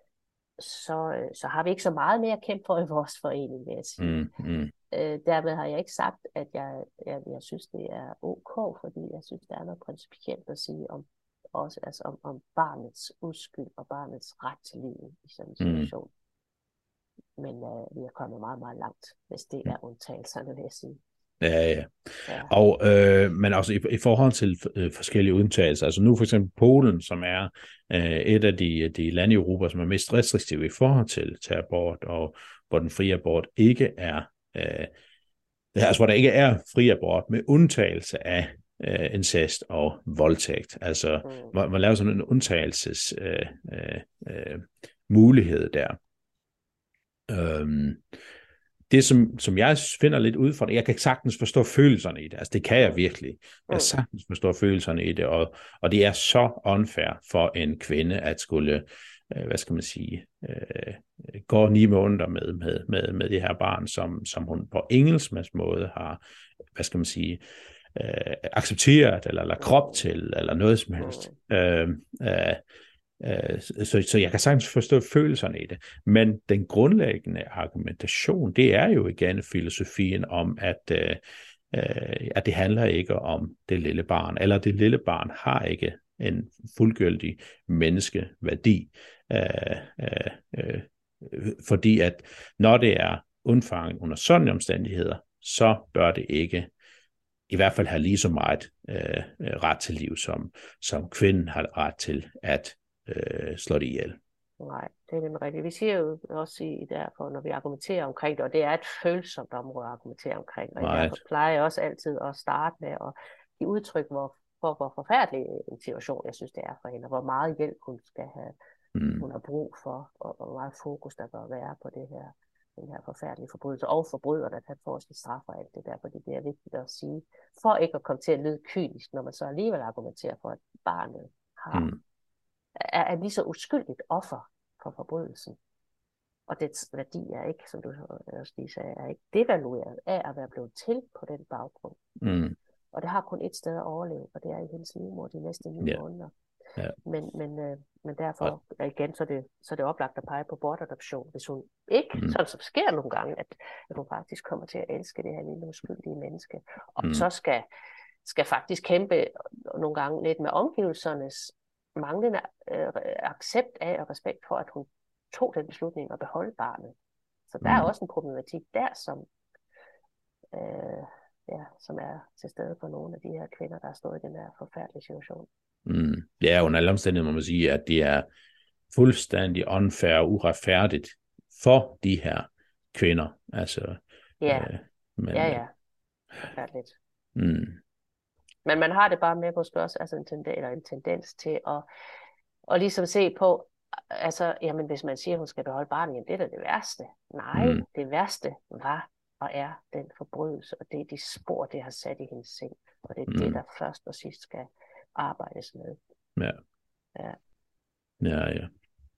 så, øh, så har vi ikke så meget mere at kæmpe for i vores forening, vil jeg sige. Mm. Mm. Øh, dermed har jeg ikke sagt, at jeg, jeg, jeg synes, det er ok, fordi jeg synes, der er noget principielt at sige om også altså om, om barnets uskyld og barnets ret til livet i sådan en situation. Mm. Men uh, vi er kommet meget, meget langt, hvis det er undtagelserne, vil jeg sige. Ja, ja. ja. Og, øh, men også i, i forhold til øh, forskellige undtagelser, altså nu for eksempel Polen, som er øh, et af de, de lande i Europa, som er mest restriktive i forhold til, til abort, og hvor den frie abort ikke er, øh, altså hvor der ikke er fri abort, med undtagelse af Uh, incest og voldtægt. Altså, mm. man, man laver sådan en undtagelses uh, uh, uh, mulighed der. Um, det, som, som jeg finder lidt udfordrende, jeg kan sagtens forstå følelserne i det. Altså, det kan jeg virkelig. Jeg kan sagtens forstå følelserne i det, og, og det er så unfair for en kvinde at skulle, uh, hvad skal man sige, uh, gå ni måneder med, med, med, med det her barn, som, som hun på engelskmands måde har, hvad skal man sige, Øh, accepteret, eller, eller krop til, eller noget som helst. Øh, øh, øh, så, så jeg kan sagtens forstå følelserne i det. Men den grundlæggende argumentation, det er jo igen filosofien om, at, øh, øh, at det handler ikke om det lille barn, eller det lille barn har ikke en fuldgyldig menneskeværdi. Øh, øh, øh, fordi at når det er undfanget under sådan omstændigheder, så bør det ikke i hvert fald have lige så meget øh, ret til liv, som, som kvinden har ret til at øh, slå det ihjel. Nej, det er nemlig rigtigt. Vi siger jo også i derfor, når vi argumenterer omkring det, og det er et følsomt område at argumentere omkring, og derfor plejer jeg også altid at starte med at give udtryk hvor, for, hvor forfærdelig en situation, jeg synes, det er for hende, og hvor meget hjælp hun skal have, mm. hun har brug for, og hvor meget fokus der bør være på det her, den her forfærdelige forbrydelse, og forbryderne, at han får sin straf og alt det der, fordi det er vigtigt at sige, for ikke at komme til at lyde kynisk, når man så alligevel argumenterer for, at barnet har, mm. er, er lige så uskyldigt offer for forbrydelsen. Og dets værdi er ikke, som du også lige sagde, er ikke devalueret af at være blevet til på den baggrund. Mm. Og det har kun et sted at overleve, og det er i hendes livmor de næste ni yeah. måneder. Yeah. Men, men, øh, men derfor, ja. igen, så er, det, så er det oplagt at pege på bortadoption, hvis hun ikke, mm. sådan som sker nogle gange, at, at hun faktisk kommer til at elske det her lille uskyldige menneske, og mm. så skal, skal faktisk kæmpe nogle gange lidt med omgivelsernes manglende øh, accept af og respekt for, at hun tog den beslutning at beholde barnet. Så der mm. er også en problematik der, som, øh, ja, som er til stede for nogle af de her kvinder, der har stået i den her forfærdelige situation. Mm. Ja, under alle omstændigheder må man sige, at det er fuldstændig unfair og uretfærdigt for de her kvinder. Altså, yeah. øh, Men, Ja, ja. Forfærdeligt. mm, Men man har det bare med måske også altså en, tendens, eller en tendens til at, at ligesom se på, altså, jamen hvis man siger, at hun skal beholde barnet, jamen det er da det værste. Nej, mm, det værste var og er den forbrydelse, og det er de spor, det har sat i hendes sind. Og det er det, mm, der først og sidst skal arbejdes med. ja, Ja. ja, ja.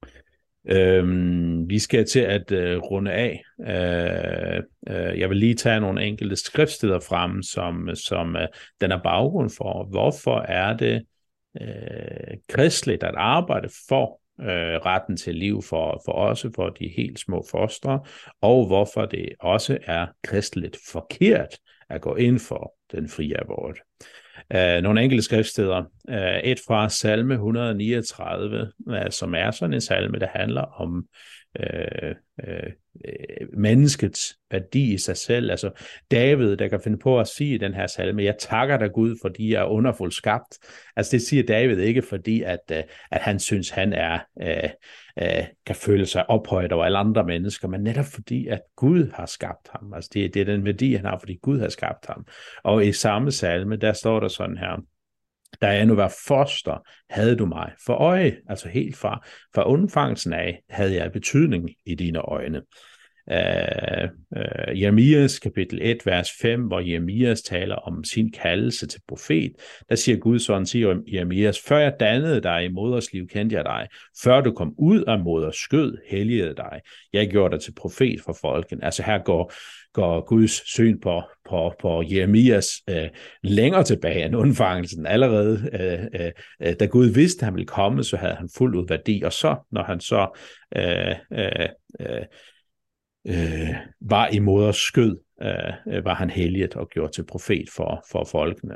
Øhm, vi skal til at øh, runde af. Øh, øh, jeg vil lige tage nogle enkelte skriftsteder frem, som, som øh, den er baggrund for. Hvorfor er det øh, kristeligt at arbejde for øh, retten til liv for, for os, for de helt små fostre, og hvorfor det også er kristeligt forkert at gå ind for den frie abort. Uh, nogle enkelte skriftsteder. Uh, et fra salme et hundrede og niogtredive, uh, som er sådan en salme, der handler om uh, uh, menneskets værdi i sig selv. Altså David, der kan finde på at sige i den her salme, jeg takker dig Gud, fordi jeg er underfuldt skabt. Altså det siger David ikke, fordi at, uh, at han synes, han er uh, uh, kan føle sig ophøjet over alle andre mennesker, men netop fordi, at Gud har skabt ham. Altså det, det er den værdi, han har, fordi Gud har skabt ham. Og i samme salme, der står der sådan her, da jeg endnu var foster, havde du mig for øje, altså helt fra, fra undfangelsen af, havde jeg betydning i dine øjne. Uh, uh, Jeremias kapitel et, vers fem, hvor Jeremias taler om sin kaldelse til profet, der siger Gud sådan, siger Jeremias, før jeg dannede dig i moders liv, kendte jeg dig. Før du kom ud af moders skød, helligede dig. Jeg gjorde dig til profet for folken. Altså her går, går Guds syn på, på, på Jeremias uh, længere tilbage end undfangelsen. Allerede uh, uh, da Gud vidste, at han ville komme, så havde han fuld ud værdi. Og så, når han så uh, uh, uh, Øh, var i moders skød, øh, var han helliget og gjort til profet for, for folkene.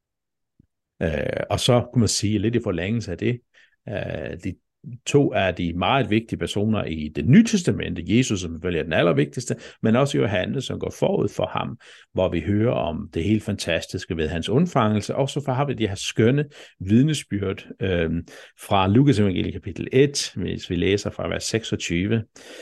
Øh, og så kunne man sige, lidt i forlængelse af det, øh, de to er de meget vigtige personer i det nye testamente, Jesus som selvfølgelig er den allervigtigste, men også Johannes, som går forud for ham, hvor vi hører om det helt fantastiske ved hans undfangelse, og så har vi de her skønne vidnesbyrd øh, fra Lukas evangeliet kapitel et, hvis vi læser fra vers seksogtyve.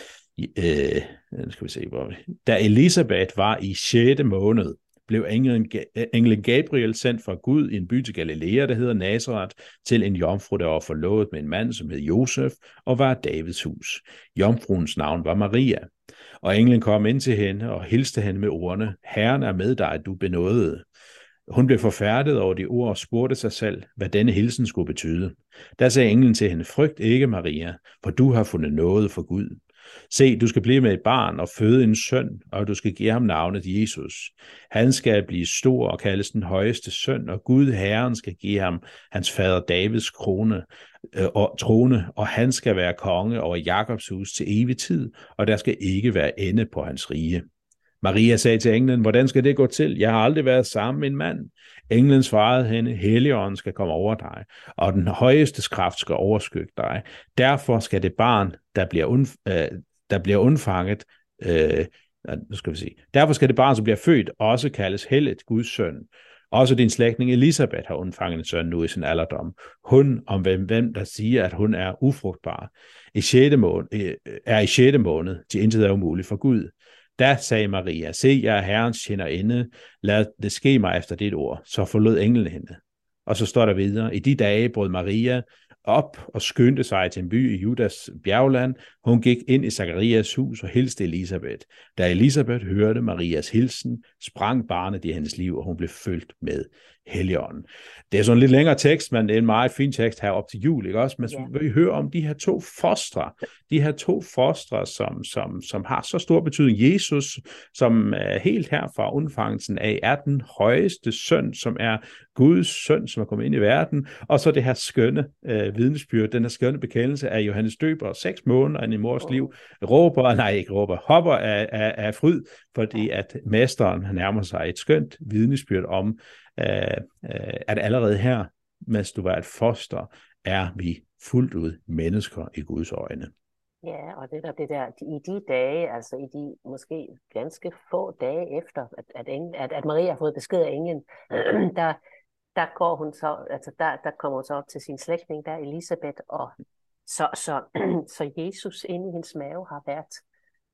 Øh, skal vi se, hvor da Elisabeth var i sjette måned, blev englen, englen Gabriel sendt fra Gud i en by til Galilea, der hedder Nazaret, til en jomfru, der var forlovet med en mand, som hed Josef, og var Davids hus. Jomfruens navn var Maria. Og englen kom ind til hende og hilste hende med ordene, Herren er med dig, du benådede. Hun blev forfærdet over de ord og spurgte sig selv, hvad denne hilsen skulle betyde. Der sagde englen til hende, frygt ikke, Maria, for du har fundet noget for Gud. Se, du skal blive med et barn og føde en søn, og du skal give ham navnet Jesus. Han skal blive stor og kaldes den højeste søn, og Gud Herren skal give ham hans fader Davids krone øh, og trone, og han skal være konge over Jakobs hus til evig tid, og der skal ikke være ende på hans rige. Maria sagde til englen, hvordan skal det gå til? Jeg har aldrig været sammen med en mand. Englen svarede hende, Helligånden skal komme over dig, og den højeste kraft skal overskygge dig. Derfor skal det barn, der bliver, undf- øh, der bliver undfanget, øh, nu skal vi se, derfor skal det barn, som bliver født, også kaldes helligt, Guds søn. Også din slægtning Elisabeth har undfanget en søn nu i sin alderdom. Hun, om hvem, hvem der siger, at hun er ufrugtbar, i sjette måned, er i sjette måned, til intet er umuligt for Gud. Da sagde Maria, se, jeg er Herrens tjenerinde, lad det ske mig efter dit ord. Så forlod englen hende. Og så står der videre, i de dage brød Maria op og skyndte sig til en by i Judas bjergland. Hun gik ind i Zakarias hus og hilste Elisabeth. Da Elisabeth hørte Marias hilsen, sprang barnet i hendes liv, og hun blev fyldt med Helligånden. Det er sådan en lidt længere tekst, men det er en meget fin tekst her op til jul, ikke også? Men så vil vi høre om de her to fostre, de her to fostre, som, som, som har så stor betydning. Jesus, som er helt her fra undfangelsen af, er den højeste søn, som er Guds søn, som er kommet ind i verden, og så det her skønne øh, vidnesbyrd, den her skønne bekendelse af Johannes Døber, seks måneder i mors liv, råber, nej ikke råber, hopper af, af, af fryd, fordi at mesteren nærmer sig et skønt vidnesbyrd om, øh, øh, at allerede her, mens du var et foster, er vi fuldt ud mennesker i Guds øjne. Ja, og det der, det der, i de dage, altså i de måske ganske få dage efter, at, at, englen, at, at Maria har fået besked af englen, der, der går hun så, altså der, der kommer hun så op til sin slægtning, der Elisabeth, og så, så, så Jesus inde i hendes mave har været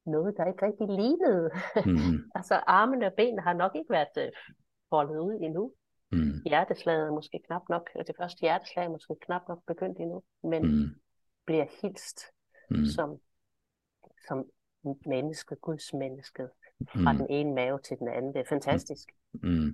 noget, der ikke rigtig lignede. Mm. Altså armene og benene har nok ikke været øh, foldet ud endnu. Mm. Hjerteslaget er måske knap nok, eller det første hjerteslag er måske knap nok begyndt endnu, men Mm. bliver hilst Mm. som, som menneske, Guds menneske, fra Mm. den ene mave til den anden. Det er fantastisk. Mm.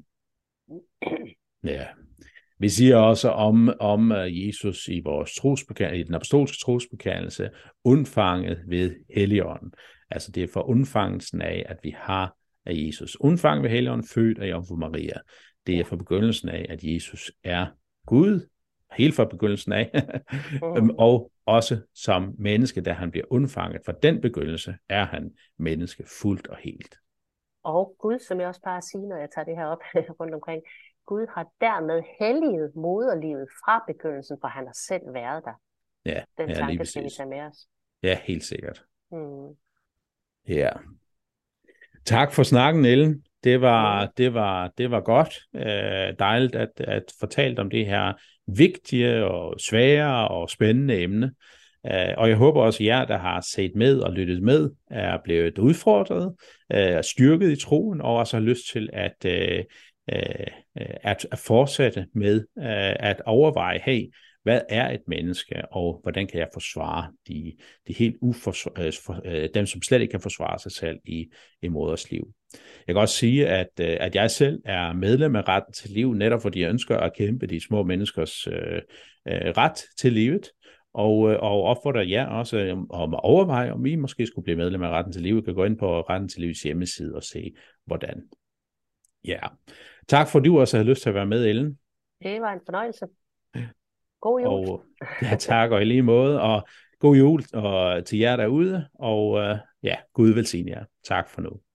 Ja. Vi siger også om, om Jesus i vores trosbekendelse, i den apostolske trosbekendelse, undfanget ved Helligånden. Altså det er for undfangelsen af, at vi har af Jesus. Undfanget ved Helligånden, født af Jomfru Maria. Det er for begyndelsen af, at Jesus er Gud, helt fra begyndelsen af, og også som menneske, da han bliver undfanget. For den begyndelse er han menneske fuldt og helt. Og Gud, som jeg også bare siger, når jeg tager det her op rundt omkring, Gud har dermed helliget moderlivet fra begyndelsen, for han har selv været der. Ja, Den ja, tanke skal vi tage med os. Ja, helt sikkert. Mm. Ja. Tak for snakken, Ellen. Det var, det var, det var godt. Øh, dejligt at, at fortælle om det her vigtige og svære og spændende emne. Øh, og jeg håber også, at jer, der har set med og lyttet med, er blevet udfordret, øh, styrket i troen, og også har lyst til at, øh, øh, at, at fortsætte med øh, at overveje, hey, hvad er et menneske, og hvordan kan jeg forsvare de, de helt uforsvar, dem, som slet ikke kan forsvare sig selv i, i moders liv. Jeg kan også sige, at, at jeg selv er medlem af Retten til Liv, netop fordi jeg ønsker at kæmpe de små menneskers øh, ret til livet, og, og opfordrer jer også om at overveje, om I måske skulle blive medlem af Retten til Liv. I kan gå ind på Retten til Livs hjemmeside og se, hvordan. Ja. Tak for, at du også havde lyst til at være med, Ellen. Det var en fornøjelse. God jul. Og, ja, tak, og i lige måde, og god jul og til jer derude, og ja, Gud velsigne jer. Tak for nu.